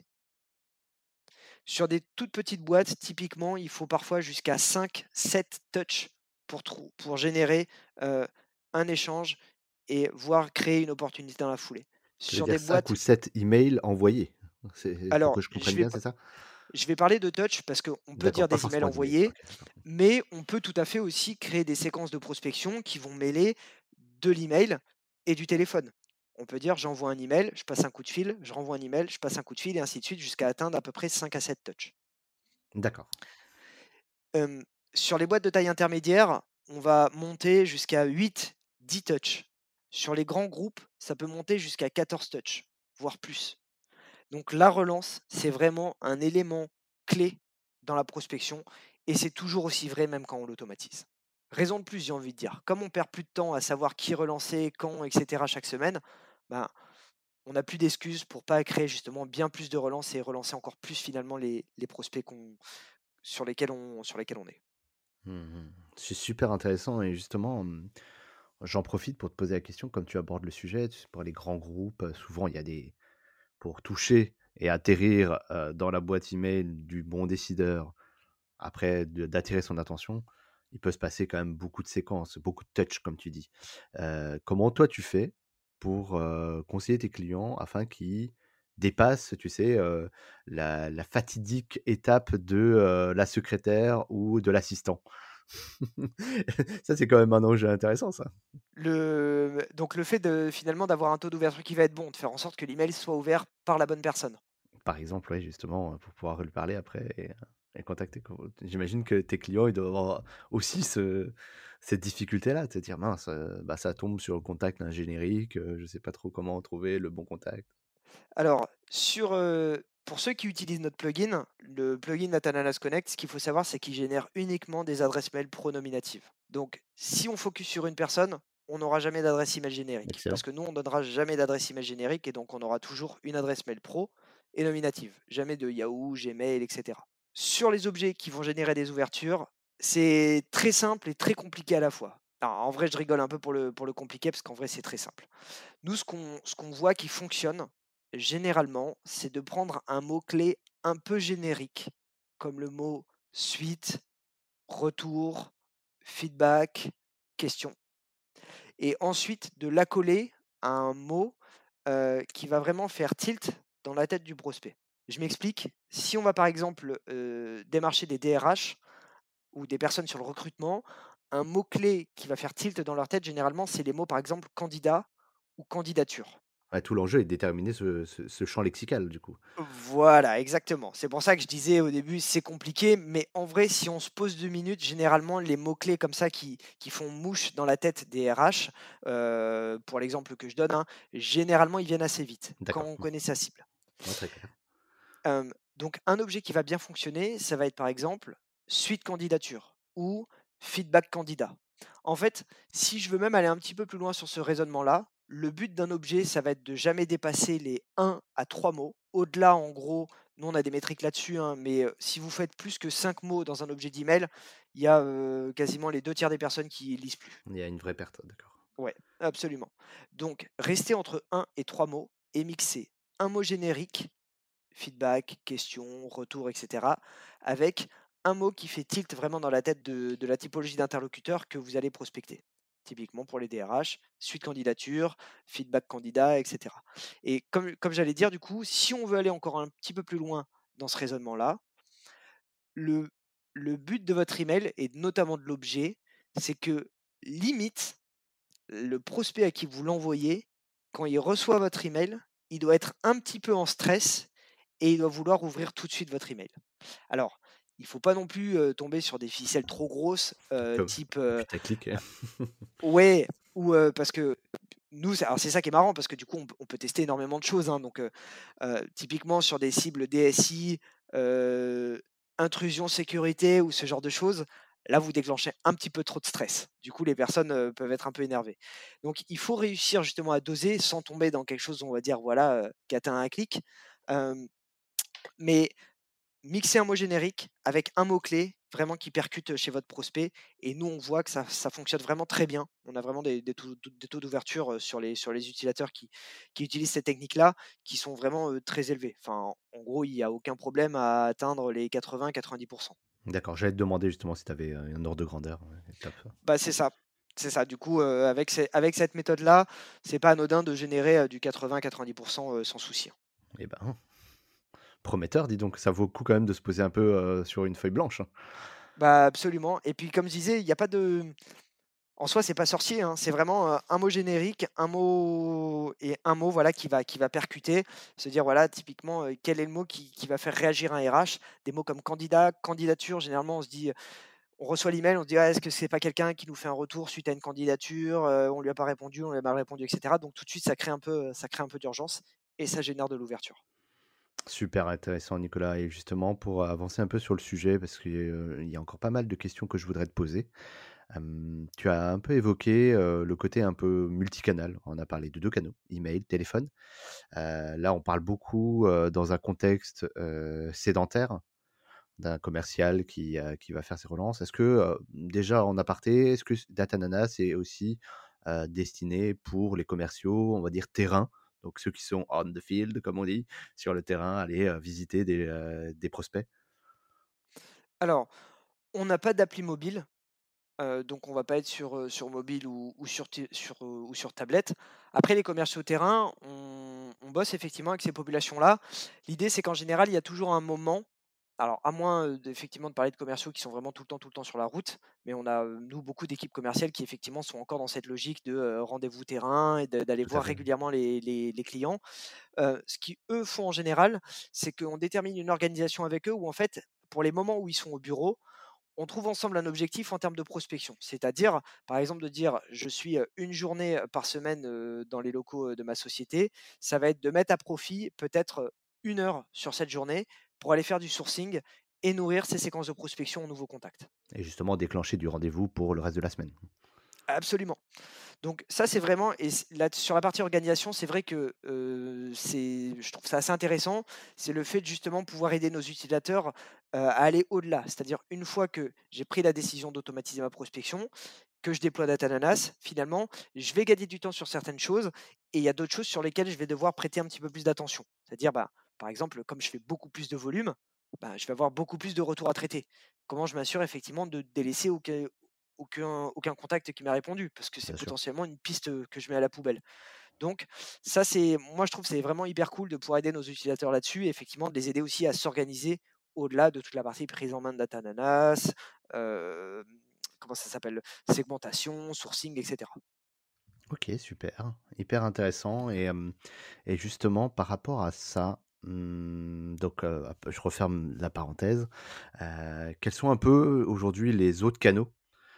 Sur des toutes petites boîtes, typiquement, il faut parfois jusqu'à cinq, sept touches pour trou pour générer, heu, un échange et voire créer une opportunité dans la foulée. Tu veux Sur dire des cinq ou boîtes sept emails envoyés? C'est pour alors que je je comprenne vais bien, pas c'est ça? je vais parler de touch parce qu'on peut D'accord, dire pas des emails forcément d'emails. envoyés, OK, d'accord. mais on peut tout à fait aussi créer des séquences de prospection qui vont mêler de l'email et du téléphone. On peut dire: «J'envoie un email, je passe un coup de fil, je renvoie un email, je passe un coup de fil» et ainsi de suite jusqu'à atteindre à peu près cinq à sept touches. D'accord. Hem, sur les boîtes de taille intermédiaire, on va monter jusqu'à huit, dix touches. Sur les grands groupes, ça peut monter jusqu'à quatorze touches, voire plus. Donc la relance, c'est vraiment un élément clé dans la prospection et c'est toujours aussi vrai même quand on l'automatise. Raison de plus, j'ai envie de dire. Comme on perd plus de temps à savoir qui relancer, quand, et cetera chaque semaine, ben, on n'a plus d'excuses pour pas créer justement bien plus de relances et relancer encore plus finalement les, les prospects qu'on, sur, lesquels on, sur lesquels on est. Mmh mh. C'est super intéressant et justement, mmh, j'en profite pour te poser la question, comme tu abordes le sujet, tu sais, pour les grands groupes, heu, souvent il y a des pour toucher et atterrir euh, dans la boîte email du bon décideur, après de- d'attirer son attention, il peut se passer quand même beaucoup de séquences, beaucoup de touch, comme tu dis. Euh, comment toi tu fais pour euh, conseiller tes clients afin qu'ils dépassent, tu sais, euh, la, la fatidique étape de euh, la secrétaire ou de l'assistant? Ça, c'est quand même un enjeu intéressant, ça. Le donc le fait de finalement d'avoir un taux d'ouverture qui va être bon, de faire en sorte que l'email soit ouvert par la bonne personne. Par exemple, oui, justement, euh, pour pouvoir lui parler après et, euh, et contacter. quoi. J'imagine que tes clients, ils doivent avoir aussi ce, cette difficulté-là, de se dire, mince, euh, bah, ça tombe sur le contact d'un générique, euh, je sais pas trop comment trouver le bon contact. Alors sur, heu, pour ceux qui utilisent notre plugin, le plugin Data Analyst Connect, ce qu'il faut savoir, c'est qu'il génère uniquement des adresses mail pronominatives. Donc si on focus sur une personne, on n'aura jamais d'adresse email générique. Parce Excellent. que nous, on donnera jamais d'adresse email générique et donc on aura toujours une adresse mail pro et nominative. Jamais de Yahoo, Gmail, et cetera. Sur les objets qui vont générer des ouvertures, c'est très simple et très compliqué à la fois. Alors, en vrai, je rigole un peu pour le, pour le compliqué parce qu'en vrai, c'est très simple. Nous, ce qu'on ce qu'on voit qui fonctionne, généralement, c'est de prendre un mot-clé un peu générique, comme le mot suite, retour, feedback, question. Et ensuite de l'accoler à un mot euh, qui va vraiment faire tilt dans la tête du prospect. Je m'explique. Si on va par exemple euh, démarcher des D R H ou des personnes sur le recrutement, un mot-clé qui va faire tilt dans leur tête, généralement, c'est les mots par exemple candidat ou candidature. Ouais, tout l'enjeu est de déterminer ce, ce- ce champ lexical, du coup. Voilà, exactement. C'est pour ça que je disais au début, c'est compliqué, mais en vrai, si on se pose deux minutes, généralement, les mots-clés comme ça qui, qui font mouche dans la tête des R H, euh, pour l'exemple que je donne, hein, généralement, ils viennent assez vite quand D'accord. on connaît sa cible. Ouais, très clair. Euh, donc, un objet qui va bien fonctionner, ça va être par exemple suite candidature ou feedback candidat. En fait, si je veux même aller un petit peu plus loin sur ce raisonnement-là, le but d'un objet, ça va être de jamais dépasser les un à trois mots. Au-delà, en gros, nous on a des métriques là-dessus, hein, mais euh, si vous faites plus que cinq mots dans un objet d'email, il y a euh, quasiment les deux tiers des personnes qui lisent plus. Il y a une vraie perte, d'accord. Ouais, absolument. Donc, restez entre un et trois mots et mixez un mot générique feedback, questions, retour, et cetera, avec un mot qui fait tilt vraiment dans la tête de, de la typologie d'interlocuteur que vous allez prospecter. Typiquement pour les D R H, suite candidature, feedback candidat, et cetera. Et comme, comme j'allais dire, du coup, si on veut aller encore un petit peu plus loin dans ce raisonnement-là, le, le but de votre email, et notamment de l'objet, c'est que limite, le prospect à qui vous l'envoyez, quand il reçoit votre email, il doit être un petit peu en stress et il doit vouloir ouvrir tout de suite votre email. Alors, il ne faut pas non plus euh, tomber sur des ficelles trop grosses, euh, Comme type euh, putaclic. ouais, ou euh, parce que nous, c'est alors c'est ça qui est marrant parce que du coup, on, peut on peut tester énormément de choses, hein. Donc, euh, euh, typiquement sur des cibles D S I, euh, intrusion sécurité ou ce genre de choses, là, vous déclenchez un petit peu trop de stress. Du coup, les personnes euh, peuvent être un peu énervées. Donc, il faut réussir justement à doser sans tomber dans quelque chose, on va dire, voilà, euh, qui atteint un clic. Euh, mais mixer un mot générique avec un mot-clé vraiment qui percute chez votre prospect. Et nous, on voit que ça, ça fonctionne vraiment très bien. On a vraiment des, des taux, des taux d'ouverture euh, sur les, sur les utilisateurs qui, qui utilisent cette technique-là qui sont vraiment euh, très élevés. Enfin, en gros, il n'y a aucun problème à atteindre les quatre-vingts à quatre-vingt-dix pour cent. D'accord, j'allais te demander justement si tu avais un ordre de grandeur. Ouais, top. Bah, c'est ça. C'est ça. Du coup, euh, avec, ces- avec cette méthode-là, c'est pas anodin de générer euh, du quatre-vingts à quatre-vingt-dix pour cent euh, sans souci. Eh ben, prometteur, dis donc, ça vaut le coup quand même de se poser un peu euh, sur une feuille blanche. Hein. Bah, absolument. Et puis, comme je disais, il n'y a pas de. En soi, c'est pas sorcier, hein, c'est vraiment euh, un mot générique, un mot et un mot voilà qui va qui va percuter, se dire voilà typiquement euh, quel est le mot qui, qui va faire réagir un R H. Des mots comme candidat, candidature, généralement on se dit, on reçoit l'email, on se dit ah, est-ce que c'est pas quelqu'un qui nous fait un retour suite à une candidature, euh, on lui a pas répondu, on lui a mal répondu, et cetera. Donc tout de suite ça crée un peu ça crée un peu d'urgence et ça génère de l'ouverture. Super intéressant, Nicolas. Et justement, pour avancer un peu sur le sujet, parce qu'il y a encore pas mal de questions que je voudrais te poser. Hem, tu as un peu évoqué, heu, le côté un peu multicanal. On a parlé de deux canaux, email, téléphone. Heu, là, on parle beaucoup, heu, dans un contexte, heu, sédentaire, d'un commercial qui, heu, qui va faire ses relances. Est-ce que, heu, déjà en aparté, est-ce que s Data Nana, c'est aussi, heu, destiné pour les commerciaux, on va dire terrain, donc ceux qui sont on the field, comme on dit, sur le terrain, aller euh, visiter des, euh, des prospects? Alors, on n'a pas d'appli mobile, heu, donc on va pas être sur, heu, sur mobile ou ou sur té sur, heu, ou sur tablette. Après les commerciaux terrain, on on bosse effectivement avec ces populations-là. L'idée, c'est qu'en général, il y a toujours un moment, alors à moins, heu, d'effectivement de parler de commerciaux qui sont vraiment tout le temps, tout le temps sur la route, mais on a, heu, nous, beaucoup d'équipes commerciales qui effectivement sont encore dans cette logique de, heu, rendez-vous terrain et de d'aller Tout à voir fait. régulièrement les les les clients. Heu, ce qui eux font en général, c'est qu'on détermine une organisation avec eux où en fait, pour les moments où ils sont au bureau, on trouve ensemble un objectif en termes de prospection. C'est-à-dire, par exemple, de dire: «Je suis, heu, une journée, heu, par semaine, heu, dans les locaux, heu, de ma société». Ça va être de mettre à profit peut-être, heu, une heure sur cette journée pour aller faire du sourcing et nourrir ces séquences de prospection aux nouveaux contacts. Et justement déclencher du rendez-vous pour le reste de la semaine. Absolument. Donc ça, c'est vraiment et c là sur la partie organisation, c'est vrai que, heu, c'est je trouve ça assez intéressant. C'est le fait de justement pouvoir aider nos utilisateurs, heu, à aller au-delà. C'est-à-dire une fois que j'ai pris la décision d'automatiser ma prospection, que je déploie Datananas, finalement, je vais gagner du temps sur certaines choses et il y a d'autres choses sur lesquelles je vais devoir prêter un petit peu plus d'attention. C'est-à-dire, bah, par exemple, comme je fais beaucoup plus de volume, bah, je vais avoir beaucoup plus de retours à traiter. Comment je m'assure effectivement de délaisser aucun aucun aucun contact qui m'a répondu? Parce que c'est Bien sûr. potentiellement une piste, heu, que je mets à la poubelle. Donc ça, c'est moi, je trouve que c'est vraiment hyper cool de pouvoir aider nos utilisateurs là-dessus et effectivement de les aider aussi à s'organiser au-delà de toute la partie prise en main de Data Ananas, hem, comment ça s'appelle? Segmentation, sourcing et cetera. OK, super, hyper intéressant et hem et justement par rapport à ça, mmh, donc heu, hop, je referme la parenthèse. Heu, quels sont un peu aujourd'hui les autres canaux,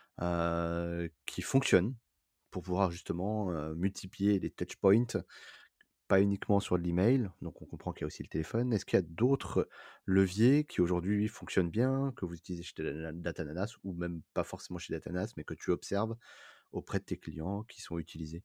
heu, qui fonctionnent pour pouvoir justement, heu, multiplier les touch points, pas uniquement sur l'email, donc on comprend qu'il y a aussi le téléphone. Est-ce qu'il y a d'autres leviers qui aujourd'hui fonctionnent bien, que vous utilisez chez Data Datananas ou même pas forcément chez Datananas, mais que tu observes auprès de tes clients qui sont utilisés?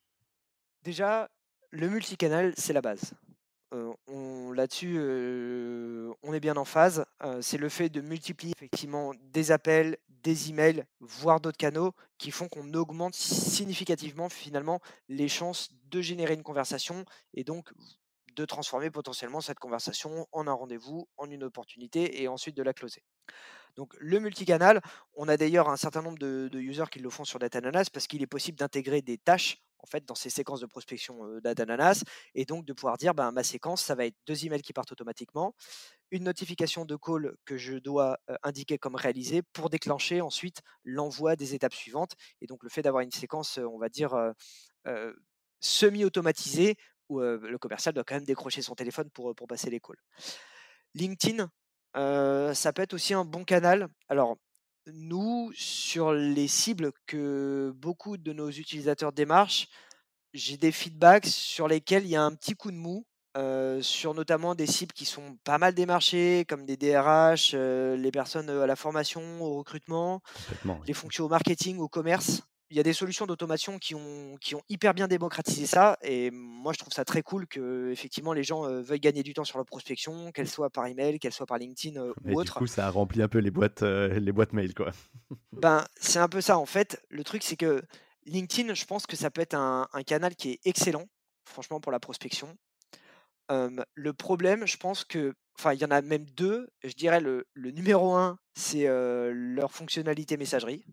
Déjà, le multicanal, c'est la base. Heu, on là-dessus, heu, on est bien en phase. Heu, c'est le fait de multiplier effectivement des appels, des emails, voire d'autres canaux qui font qu'on augmente significativement finalement les chances de générer une conversation et donc de transformer potentiellement cette conversation en un rendez-vous, en une opportunité et ensuite de la closer. Donc le multicanal, on a d'ailleurs un certain nombre de, de users qui le font sur Datananas parce qu'il est possible d'intégrer des tâches en fait dans ces séquences de prospection euh, Datananas et donc de pouvoir dire ben, ma séquence, ça va être deux emails qui partent automatiquement, une notification de call que je dois euh, indiquer comme réalisée pour déclencher ensuite l'envoi des étapes suivantes. Et donc le fait d'avoir une séquence, euh, on va dire, euh, euh, semi-automatisée où euh, le commercial doit quand même décrocher son téléphone pour, pour passer les calls. LinkedIn, heu, ça peut être aussi un bon canal. Alors, nous, sur les cibles que beaucoup de nos utilisateurs démarchent, j'ai des feedbacks sur lesquels il y a un petit coup de mou, heu, sur notamment des cibles qui sont pas mal démarchées, comme des D R H, heu, les personnes, heu, à la formation, au recrutement, Complètement, oui. les fonctions au marketing, au commerce. Il y a des solutions d'automation qui ont qui ont hyper bien démocratisé ça et moi je trouve ça très cool qu'effectivement les gens, heu, veuillent gagner du temps sur la prospection, qu'elle soit par email, qu'elle soit par LinkedIn, heu, Et ou du autre. coup, ça a rempli un peu les boîtes, heu, les boîtes mail, quoi. Ben, c'est un peu ça en fait. Le truc c'est que LinkedIn, je pense que ça peut être un un canal qui est excellent, franchement pour la prospection. Hem, le problème, je pense que enfin, il y en a même deux. Je dirais le le numéro un, c'est, heu, leur fonctionnalité messagerie.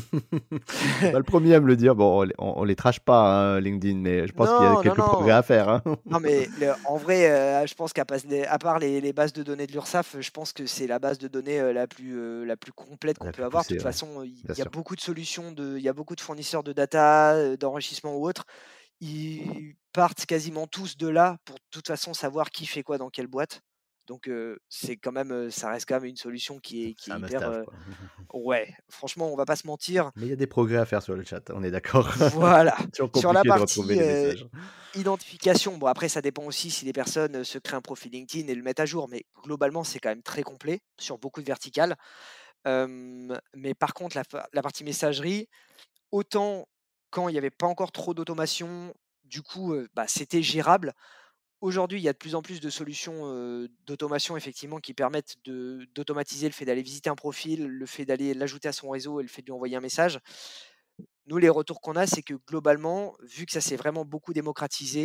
Tu pas le premier à me le dire. Bon, on les on on les trash pas, hein, LinkedIn, mais je pense qu'il y a Non, non, quelques progrès non. à faire, hein. Non, mais le en vrai, heu, je pense qu'à pas les à part les les bases de données de l'Urssaf, je pense que c'est la base de données, heu, la plus, heu, la plus complète qu'on La peut plus avoir. De poussée, toute ouais, façon, il bien y a sûr. beaucoup de solutions de il y a beaucoup de fournisseurs de data, heu, d'enrichissement ou autres. Ils partent quasiment tous de là pour de toute façon savoir qui fait quoi dans quelle boîte. Donc, heu, c'est quand même, heu, ça reste quand même une solution qui est qui C'est est un hyper, must-have, heu quoi. ouais, franchement, on va pas se mentir. Mais il y a des progrès à faire sur le chat, on est d'accord. Voilà, Toujours sur la compliqué de retrouver partie, les heu, messages. identification, bon après ça dépend aussi si les personnes, heu, se créent un profil LinkedIn et le mettent à jour, mais globalement c'est quand même très complet sur beaucoup de verticales. Hem, mais par contre la fa la partie messagerie, autant quand il y avait pas encore trop d'automation, du coup, heu, bah, c'était gérable. Aujourd'hui, il y a de plus en plus de solutions, heu, d'automation effectivement qui permettent de d'automatiser le fait d'aller visiter un profil, le fait d'aller l'ajouter à son réseau et le fait de lui envoyer un message. Nous, les retours qu'on a, c'est que globalement, vu que ça s'est vraiment beaucoup démocratisé,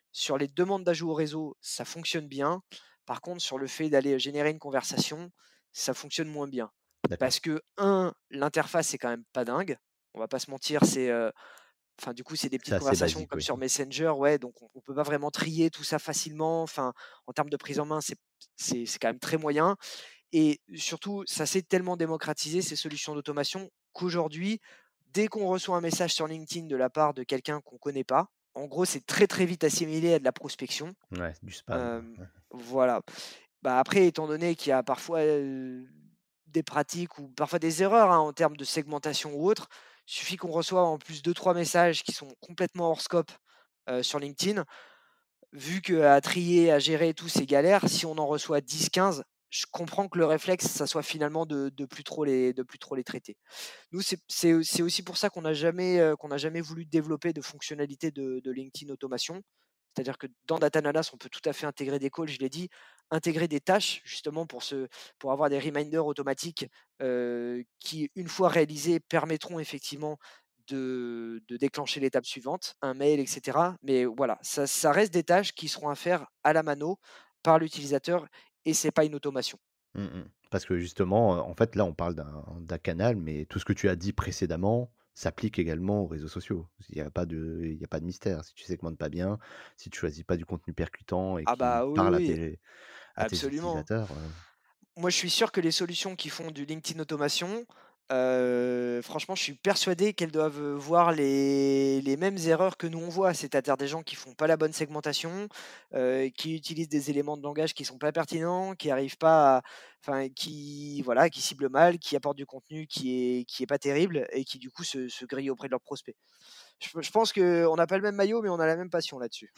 Sur les demandes d'ajout au réseau, ça fonctionne bien. Par contre, sur le fait d'aller générer une conversation, ça fonctionne moins bien. D'accord. Parce que un, l'interface est quand même pas dingue. On va pas se mentir, c'est, heu, enfin, du coup, c'est des C'est petites assez conversations basique, comme oui. sur Messenger, ouais, donc on on peut pas vraiment trier tout ça facilement. Enfin, en termes de prise en main, c'est c'est c'est quand même très moyen et surtout, ça s'est tellement démocratisé ces solutions d'automation qu'aujourd'hui, dès qu'on reçoit un message sur LinkedIn de la part de quelqu'un qu'on connaît pas, en gros, c'est très, très vite assimilé à de la prospection. Ouais, du spam, quoi. Hem, Ouais. voilà. Bah, après, étant donné qu'il y a parfois, heu, des pratiques ou parfois des erreurs, hein, en termes de segmentation ou autre, il suffit qu'on reçoive en plus deux trois messages qui sont complètement hors scope, heu, sur LinkedIn. Vu qu'à trier, à gérer et tout, c'est galère, si on en reçoit dix quinze, je comprends que le réflexe, ça soit finalement de de plus trop les de plus trop les traiter. Nous, c'est c'est c'est aussi pour ça qu'on n'a jamais, heu, qu'on n'a jamais voulu développer de fonctionnalité de de LinkedIn automation. C'est-à-dire que dans Datananas, on peut tout à fait intégrer des calls, je l'ai dit, intégrer des tâches justement pour se pour avoir des reminders automatiques, heu, qui, une fois réalisés, permettront effectivement de de déclencher l'étape suivante, un mail et cetera. Mais voilà, ça ça reste des tâches qui seront à faire à la mano par l'utilisateur et c'est pas une automation. Mmh mh. Parce que justement, heu, en fait, là, on parle d'un d'un canal, mais tout ce que tu as dit précédemment s'applique également aux réseaux sociaux. Il y a pas de il y a pas de mystère. Si tu segmentes pas bien, si tu choisis pas du contenu percutant et Ah qui bah, oui, parle à oui, tes à tes absolument. utilisateurs, heu Moi, je suis sûr que les solutions qui font du LinkedIn automation, heu, franchement, je suis persuadé qu'elles doivent, heu, voir les les mêmes erreurs que nous on voit. C'est-à-dire des gens qui font pas la bonne segmentation, heu, qui utilisent des éléments de langage qui sont pas pertinents, qui arrivent pas à enfin qui voilà, qui ciblent mal, qui apportent du contenu qui est qui est pas terrible et qui du coup se se grillent auprès de leurs prospects. Je je pense qu'on n'a pas le même maillot, mais on a la même passion là-dessus.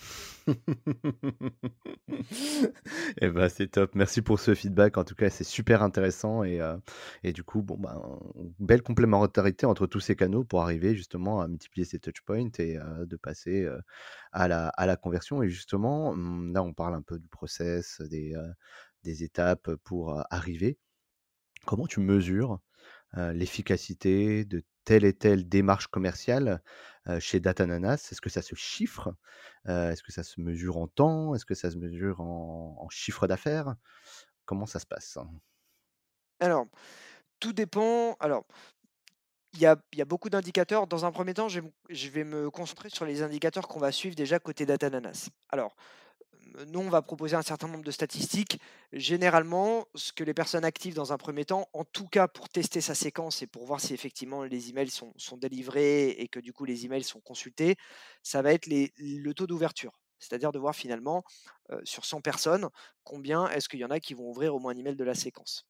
Et bah, c'est top. Merci pour ce feedback. En tout cas, c'est super intéressant et heu et du coup, bon, ben, belle complémentarité entre tous ces canaux pour arriver justement à multiplier ces touch points et heu, de passer, heu, à la à la conversion et justement, mmh, là, on parle un peu du process, des, heu, des étapes pour, heu, arriver. Comment tu mesures, heu, l'efficacité de telle et telle démarche commerciale, heu, chez Datananas? Est-ce que ça se chiffre? Heu, est-ce que ça se mesure en temps? Est-ce que ça se mesure en en chiffre d'affaires? Comment ça se passe? Alors, tout dépend alors Il y a il y a beaucoup d'indicateurs. Dans un premier temps, je vais me je vais me concentrer sur les indicateurs qu'on va suivre déjà côté Datananas. Alors, heu, nous, on va proposer un certain nombre de statistiques. Généralement, ce que les personnes activent dans un premier temps, en tout cas pour tester sa séquence et pour voir si effectivement les emails sont sont délivrés et que du coup les emails sont consultés, ça va être les le taux d'ouverture. C'est-à-dire de voir finalement, heu, sur cent personnes, combien est-ce qu'il y en a qui vont ouvrir au moins un email de la séquence.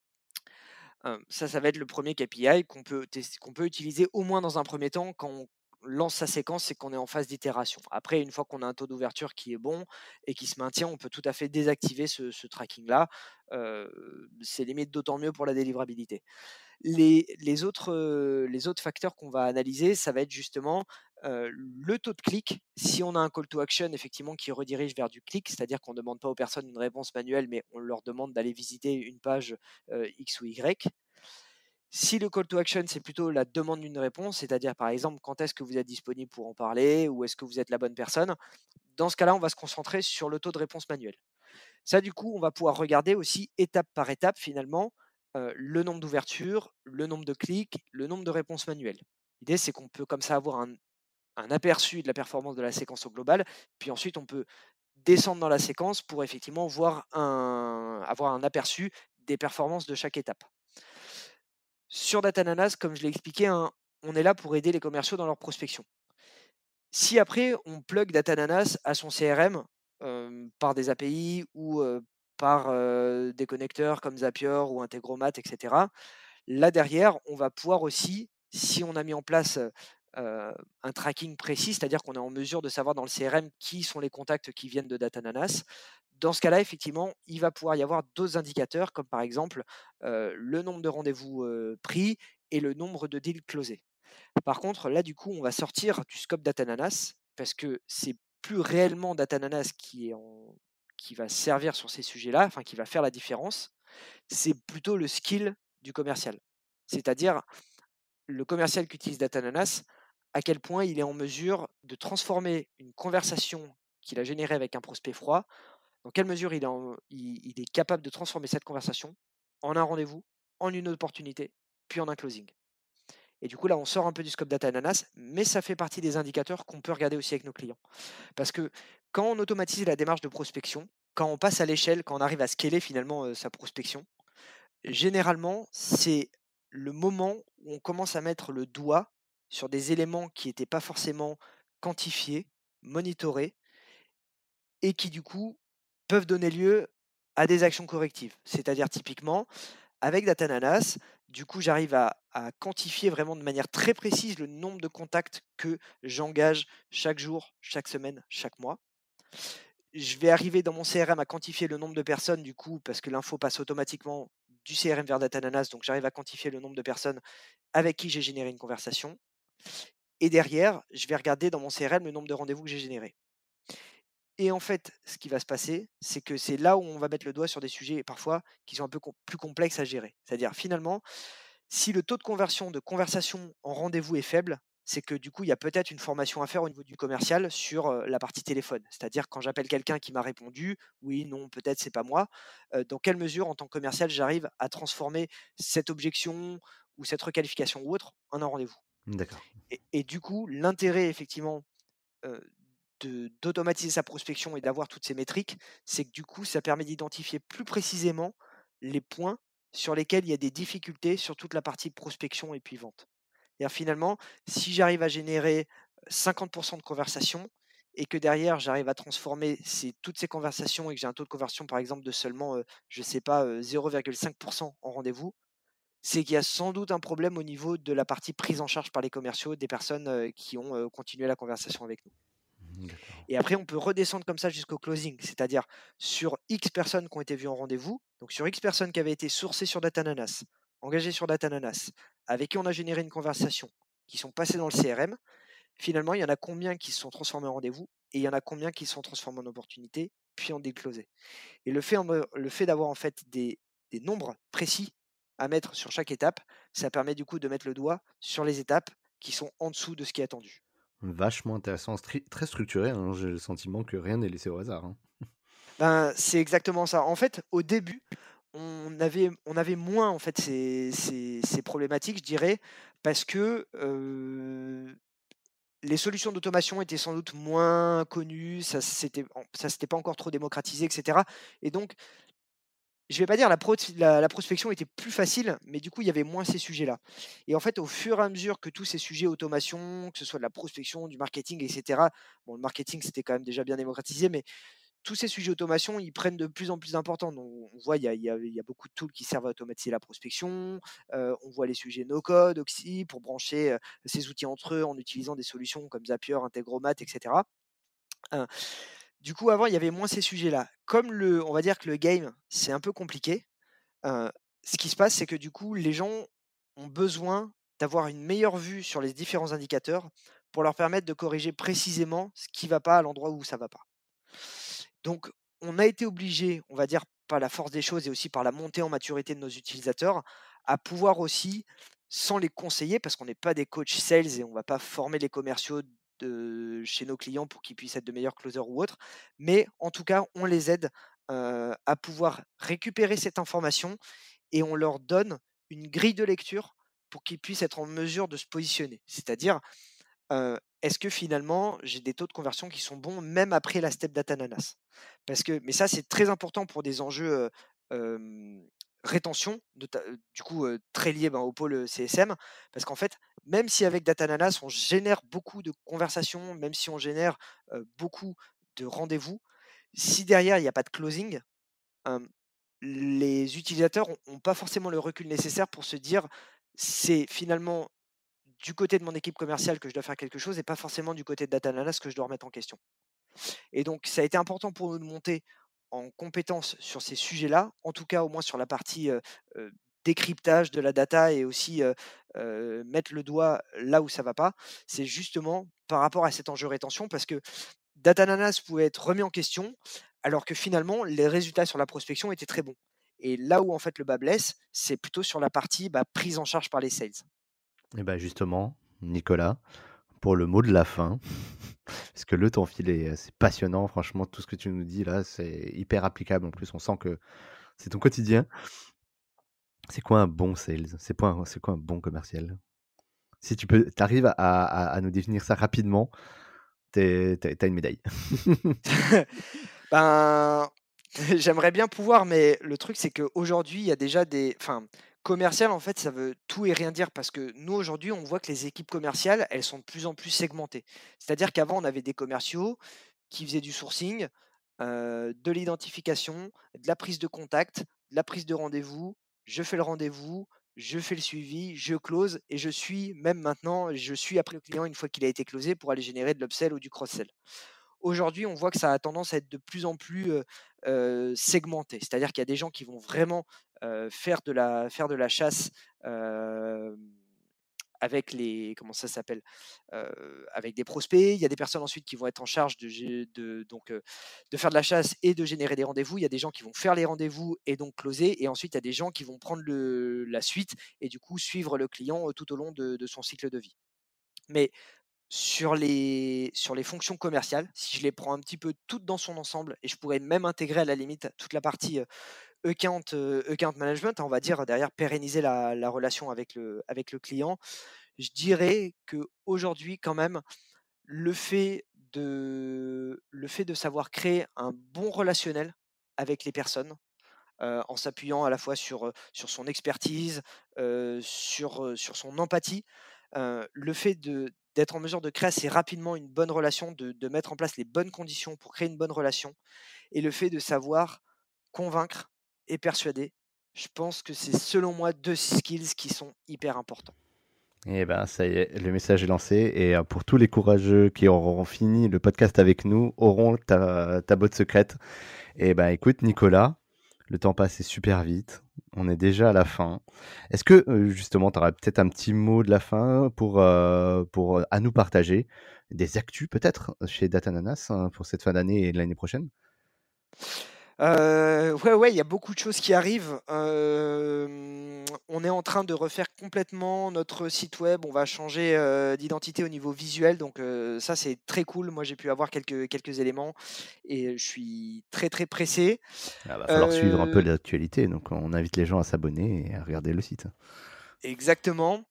Hem, ça, ça va être le premier K P I qu'on peut tes qu'on peut utiliser au moins dans un premier temps quand on lance sa séquence et qu'on est en phase d'itération. Après, une fois qu'on a un taux d'ouverture qui est bon et qui se maintient, on peut tout à fait désactiver ce ce tracking-là. Heu, c'est limite d'autant mieux pour la délivrabilité. Les les autres, heu, les autres facteurs qu'on va analyser, ça va être justement, heu, le taux de clic. Si on a un call to action effectivement qui redirige vers du clic, c'est-à-dire qu'on ne demande pas aux personnes une réponse manuelle, mais on leur demande d'aller visiter une page, heu, X ou Y. Si le call to action, c'est plutôt la demande d'une réponse, c'est-à-dire par exemple: «Quand est-ce que vous êtes disponible pour en parler?» ou «Est-ce que vous êtes la bonne personne?» dans ce cas-là, on va se concentrer sur le taux de réponse manuelle. Ça, du coup, on va pouvoir regarder aussi étape par étape finalement, heu, le nombre d'ouvertures, le nombre de clics, le nombre de réponses manuelles. L'idée, c'est qu'on peut comme ça avoir un un aperçu de la performance de la séquence au global, puis ensuite on peut descendre dans la séquence pour effectivement voir un avoir un aperçu des performances de chaque étape. Sur Datananas, comme je l'ai expliqué, hein, on est là pour aider les commerciaux dans leur prospection. Si après on plug Datananas à son C R M, hem, par des A P I ou, heu, par, heu, des connecteurs comme Zapier ou Integromat et cetera. Là derrière, on va pouvoir aussi, si on a mis en place, heu heu, un tracking précis, c'est-à-dire qu'on est en mesure de savoir dans le C R M qui sont les contacts qui viennent de Datananas. Dans ce cas-là, effectivement, il va pouvoir y avoir d'autres indicateurs comme par exemple, heu, le nombre de rendez-vous, heu, pris et le nombre de deals closés. Par contre, là, du coup, on va sortir du scope Datananas parce que c'est plus réellement Datananas qui est en qui va servir sur ces sujets-là, enfin qui va faire la différence. C'est plutôt le skill du commercial. C'est-à-dire le commercial qui utilise Datananas, à quel point il est en mesure de transformer une conversation qu'il a générée avec un prospect froid, dans quelle mesure il est, en- il- il est capable de transformer cette conversation en un rendez-vous, en une opportunité, puis en un closing. Et du coup, là, on sort un peu du scope data ananas, mais ça fait partie des indicateurs qu'on peut regarder aussi avec nos clients. Parce que quand on automatise la démarche de prospection, quand on passe à l'échelle, quand on arrive à scaler finalement euh, sa prospection, généralement, c'est le moment où on commence à mettre le doigt sur des éléments qui n'étaient pas forcément quantifiés, monitorés, et qui du coup peuvent donner lieu à des actions correctives. C'est-à-dire typiquement, avec Datananas, du coup, j'arrive à, à quantifier vraiment de manière très précise le nombre de contacts que j'engage chaque jour, chaque semaine, chaque mois. Je vais arriver dans mon C R M à quantifier le nombre de personnes, du coup, parce que l'info passe automatiquement du C R M vers Datananas, donc j'arrive à quantifier le nombre de personnes avec qui j'ai généré une conversation. Et derrière, je vais regarder dans mon C R M le nombre de rendez-vous que j'ai générés. Et en fait, ce qui va se passer, c'est que c'est là où on va mettre le doigt sur des sujets parfois qui sont un peu com- plus complexes à gérer. C'est-à-dire finalement, si le taux de conversion de conversation en rendez-vous est faible, c'est que du coup, il y a peut-être une formation à faire au niveau du commercial sur euh, la partie téléphone. C'est-à-dire quand j'appelle quelqu'un qui m'a répondu, oui, non, peut-être c'est pas moi, euh, dans quelle mesure en tant que commercial j'arrive à transformer cette objection ou cette requalification ou autre en un rendez-vous. D'accord. Et, et du coup, l'intérêt effectivement euh, de- d'automatiser sa prospection et d'avoir toutes ces métriques, c'est que du coup, ça permet d'identifier plus précisément les points sur lesquels il y a des difficultés sur toute la partie prospection et puis vente. C'est-à-dire finalement, si j'arrive à générer cinquante pour cent de conversations et que derrière, j'arrive à transformer ces- toutes ces conversations et que j'ai un taux de conversion, par exemple, de seulement, euh, je ne sais pas, euh, zéro virgule cinq pour cent en rendez-vous, c'est qu'il y a sans doute un problème au niveau de la partie prise en charge par les commerciaux des personnes euh, qui ont euh, continué la conversation avec nous. D'accord. Et après, on peut redescendre comme ça jusqu'au closing, c'est-à-dire sur X personnes qui ont été vues en rendez-vous, donc sur X personnes qui avaient été sourcées sur Datananas, engagées sur Datananas, avec qui on a généré une conversation, qui sont passées dans le C R M. Finalement, il y en a combien qui se sont transformés en rendez-vous et il y en a combien qui se sont transformés en opportunités, puis en déclosés. Et le fait, en- le fait d'avoir en fait des, des nombres précis à mettre sur chaque étape, ça permet du coup de mettre le doigt sur les étapes qui sont en dessous de ce qui est attendu. Vachement intéressant, stri- très structuré, hein. J'ai le sentiment que rien n'est laissé au hasard, hein. Ben, c'est exactement ça. En fait, au début, on avait, on avait moins en fait ces, ces- ces problématiques, je dirais, parce que euh, les solutions d'automation étaient sans doute moins connues, ça s'était, ça s'était pas encore trop démocratisé, et cetera. Et donc, je vais pas dire la, pro- la, la prospection était plus facile, mais du coup, il y avait moins ces sujets-là. Et en fait, au fur et à mesure que tous ces sujets automation, que ce soit de la prospection, du marketing, et cetera. Bon, le marketing, c'était quand même déjà bien démocratisé, mais tous ces sujets automation, ils prennent de plus en plus d'importance. Donc, on voit, il y a, il y a- il y a beaucoup de tools qui servent à automatiser la prospection. Euh, on voit les sujets no-code aussi pour brancher euh, ces outils entre eux en utilisant des solutions comme Zapier, Integromat, et cetera. Euh, du coup, avant, il y avait moins ces sujets-là. Comme le, on va dire que le game, c'est un peu compliqué, euh, ce qui se passe, c'est que du coup, les gens ont besoin d'avoir une meilleure vue sur les différents indicateurs pour leur permettre de corriger précisément ce qui ne va pas à l'endroit où ça ne va pas. Donc, on a été obligé, on va dire, par la force des choses et aussi par la montée en maturité de nos utilisateurs, à pouvoir aussi, sans les conseiller, parce qu'on n'est pas des coachs sales et on ne va pas former les commerciaux de chez nos clients pour qu'ils puissent être de meilleurs closers ou autres, mais en tout cas, on les aide euh, à pouvoir récupérer cette information et on leur donne une grille de lecture pour qu'ils puissent être en mesure de se positionner. C'est-à-dire, Heu, est-ce que finalement, j'ai des taux de conversion qui sont bons même après la step data ananas? Parce que mais ça, c'est très important pour des enjeux, heu, hem, rétention de ta du coup, heu, très liés, ben, au pôle, heu, C S M. Parce qu'en fait, même si avec data ananas, on génère beaucoup de conversations, même si on génère, heu, beaucoup de rendez-vous, si derrière il y a pas de closing, hem, les utilisateurs ont ont pas forcément le recul nécessaire pour se dire: «C'est finalement du côté de mon équipe commerciale que je dois faire quelque chose et pas forcément du côté de Data Analyst que je dois remettre en question. Et donc, ça a été important pour nous de monter en compétence sur ces sujets-là, en tout cas au moins sur la partie euh, euh, décryptage de la data et aussi euh, euh, mettre le doigt là où ça va pas. C'est justement par rapport à cet enjeu rétention parce que Data Analyst pouvait être remis en question alors que finalement, les résultats sur la prospection étaient très bons. Et là où en fait le bas blesse, c'est plutôt sur la partie bah, prise en charge par les sales. Et bah justement, Nicolas, pour le mot de la fin. Parce que le temps filé, c'est passionnant. Franchement, tout ce que tu nous dis là, c'est hyper applicable. En plus, on sent que c'est ton quotidien. C'est quoi un bon sales? C'est quoi, un- c'est quoi un bon commercial? Si tu peux, t'arrives à, à, à nous définir ça rapidement, t'es, t'as, t'as une médaille. Ben, j'aimerais bien pouvoir, mais le truc, c'est qu'aujourd'hui, il y a déjà des. Enfin, commercial, en fait, ça veut tout et rien dire parce que nous, aujourd'hui, on voit que les équipes commerciales, elles sont de plus en plus segmentées. C'est-à-dire qu'avant, on avait des commerciaux qui faisaient du sourcing, euh, de l'identification, de la prise de contact, de la prise de rendez-vous. Je fais le rendez-vous, je fais le suivi, je close et je suis, même maintenant, je suis après le client une fois qu'il a été closé pour aller générer de l'upsell ou du cross-sell. Aujourd'hui, on voit que ça a tendance à être de plus en plus euh, euh, segmenté. C'est-à-dire qu'il y a des gens qui vont vraiment euh, faire, de la, faire de la chasse euh, avec les comment ça s'appelle euh, avec des prospects. Il y a des personnes ensuite qui vont être en charge de, gé- de donc euh, de faire de la chasse et de générer des rendez-vous. Il y a des gens qui vont faire les rendez-vous et donc closer. Et ensuite, il y a des gens qui vont prendre le, la suite et du coup suivre le client euh, tout au long de, de son cycle de vie. Mais sur les, sur les fonctions commerciales, si je les prends un petit peu toutes dans son ensemble, et je pourrais même intégrer à la limite toute la partie euh, account, euh, account management, hein, on va dire derrière pérenniser la, la relation avec le, avec le client, je dirais que aujourd'hui quand même, le fait de, le fait de savoir créer un bon relationnel avec les personnes, euh, en s'appuyant à la fois sur, euh, sur son expertise, euh, sur, euh, sur son empathie. Euh, le fait de, d'être en mesure de créer assez rapidement une bonne relation, de, de mettre en place les bonnes conditions pour créer une bonne relation, et le fait de savoir convaincre et persuader, je pense que c'est selon moi deux skills qui sont hyper importants. Et ben, ça y est, le message est lancé. Et euh, pour tous les courageux qui auront fini le podcast avec nous, auront ta, ta botte secrète. Et ben, écoute, Nicolas, le temps passe super vite. On est déjà à la fin. Est-ce que, euh, justement, tu aurais peut-être un petit mot de la fin pour, euh, pour euh, à nous partager des actus, peut-être, chez Datananas hein, pour cette fin d'année et de l'année prochaine? Euh, ouais, ouais, il y a beaucoup de choses qui arrivent. Euh, on est en train de refaire complètement notre site web. On va changer euh, d'identité au niveau visuel. Donc euh, ça, c'est très cool. Moi, j'ai pu avoir quelques, quelques éléments et je suis très, très pressé. Il va falloir suivre un peu Euh, l'actualité. Donc, on invite les gens à s'abonner et à regarder le site. exactement.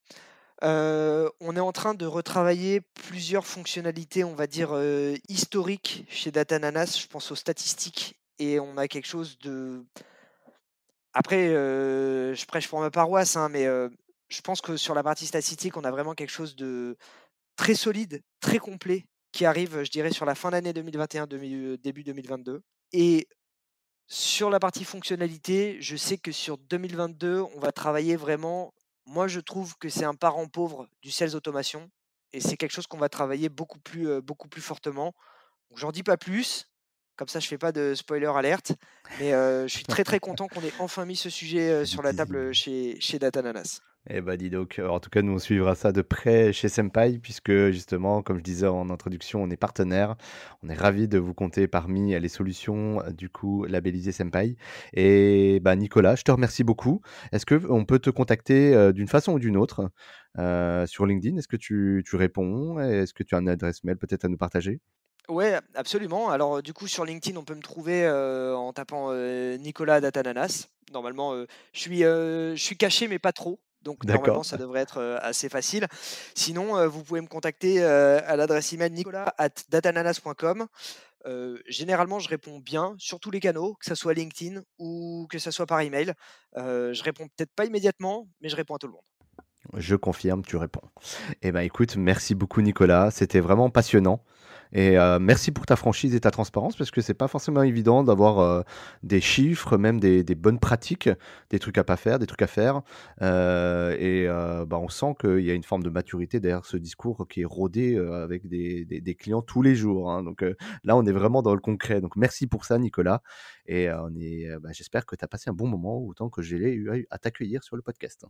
Euh, on est en train de retravailler plusieurs fonctionnalités, on va dire, euh, historiques chez Datananas. Je pense aux statistiques et on a quelque chose de. Après, euh, je prêche pour ma paroisse, hein, mais euh, je pense que sur la partie statistique, on a vraiment quelque chose de très solide, très complet qui arrive, je dirais, sur la fin d'année deux mille vingt et un, demi- début deux mille vingt-deux. Et sur la partie fonctionnalité, je sais que sur deux mille vingt-deux, on va travailler vraiment. Moi, je trouve que c'est un parent pauvre du sales automation et c'est quelque chose qu'on va travailler beaucoup plus, euh, beaucoup plus fortement. Donc, j'en dis pas plus, comme ça je fais pas de spoiler alerte, mais euh, je suis très très content qu'on ait enfin mis ce sujet euh, C'est du sur la teasing. table chez, chez Datananas. Eh ben dis donc, euh, en tout cas, nous on suivra ça de près chez Senpai, puisque justement, comme je disais en introduction, on est partenaire. On est ravis de vous compter parmi les solutions, euh, du coup, labellisées Senpai. Et bah, Nicolas, je te remercie beaucoup. Est-ce que on peut te contacter euh, d'une façon ou d'une autre euh, sur LinkedIn? Est-ce que tu, tu réponds? Est-ce que tu as une adresse mail peut-être à nous partager? Ouais, absolument. Alors euh, du coup sur LinkedIn, on peut me trouver euh, en tapant euh, Nicolas Datananas. Normalement, euh, je suis, euh, je suis caché mais pas trop. Donc normalement, D'accord. ça devrait être euh, assez facile. Sinon, euh, vous pouvez me contacter euh, à l'adresse email nicolas at datananas point com. Euh, généralement, je réponds bien sur tous les canaux, que ce soit LinkedIn ou que ce soit par email. Euh, je réponds peut-être pas immédiatement, mais je réponds à tout le monde. Je confirme, tu réponds. Eh ben, écoute, merci beaucoup Nicolas, c'était vraiment passionnant. Et euh, merci pour ta franchise et ta transparence parce que c'est pas forcément évident d'avoir euh, des chiffres, même des, des bonnes pratiques, des trucs à pas faire, des trucs à faire. Euh, et euh, bah, on sent qu'il y a une forme de maturité derrière ce discours qui est rodé euh, avec des, des- des clients tous les jours, hein. Donc euh, là, on est vraiment dans le concret. Donc merci pour ça, Nicolas. Et euh, on est, euh, bah, j'espère que tu as passé un bon moment autant que j'ai eu à t'accueillir sur le podcast.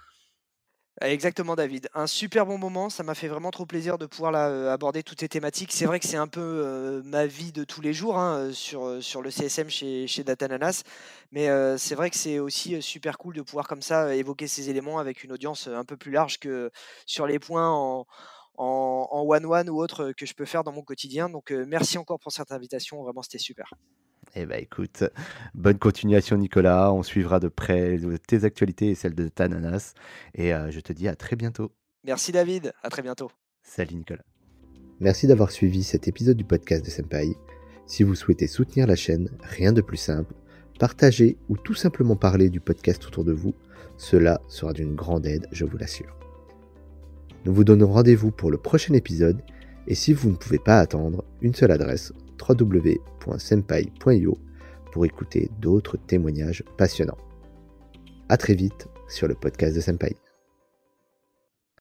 Exactement, David. Un super bon moment. Ça m'a fait vraiment trop plaisir de pouvoir là, euh, aborder toutes ces thématiques. C'est vrai que c'est un peu euh, ma vie de tous les jours hein, euh, sur, euh, sur le C S M chez, chez Datananas. Mais euh, c'est vrai que c'est aussi euh, super cool de pouvoir comme ça euh, évoquer ces éléments avec une audience euh, un peu plus large que sur les points en, en, en one-one ou autre que je peux faire dans mon quotidien. Donc, euh, merci encore pour cette invitation. Vraiment, c'était super. Eh ben écoute, bonne continuation Nicolas, on suivra de près tes actualités et celles de Tananas, et euh, je te dis à très bientôt. Merci David, à très bientôt. Salut Nicolas. Merci d'avoir suivi cet épisode du podcast de Senpai. Si vous souhaitez soutenir la chaîne, rien de plus simple, partager ou tout simplement parler du podcast autour de vous, cela sera d'une grande aide, je vous l'assure. Nous vous donnons rendez-vous pour le prochain épisode, et si vous ne pouvez pas attendre, une seule adresse, w w w point senpai point i o, pour écouter d'autres témoignages passionnants. À très vite sur le podcast de Senpai.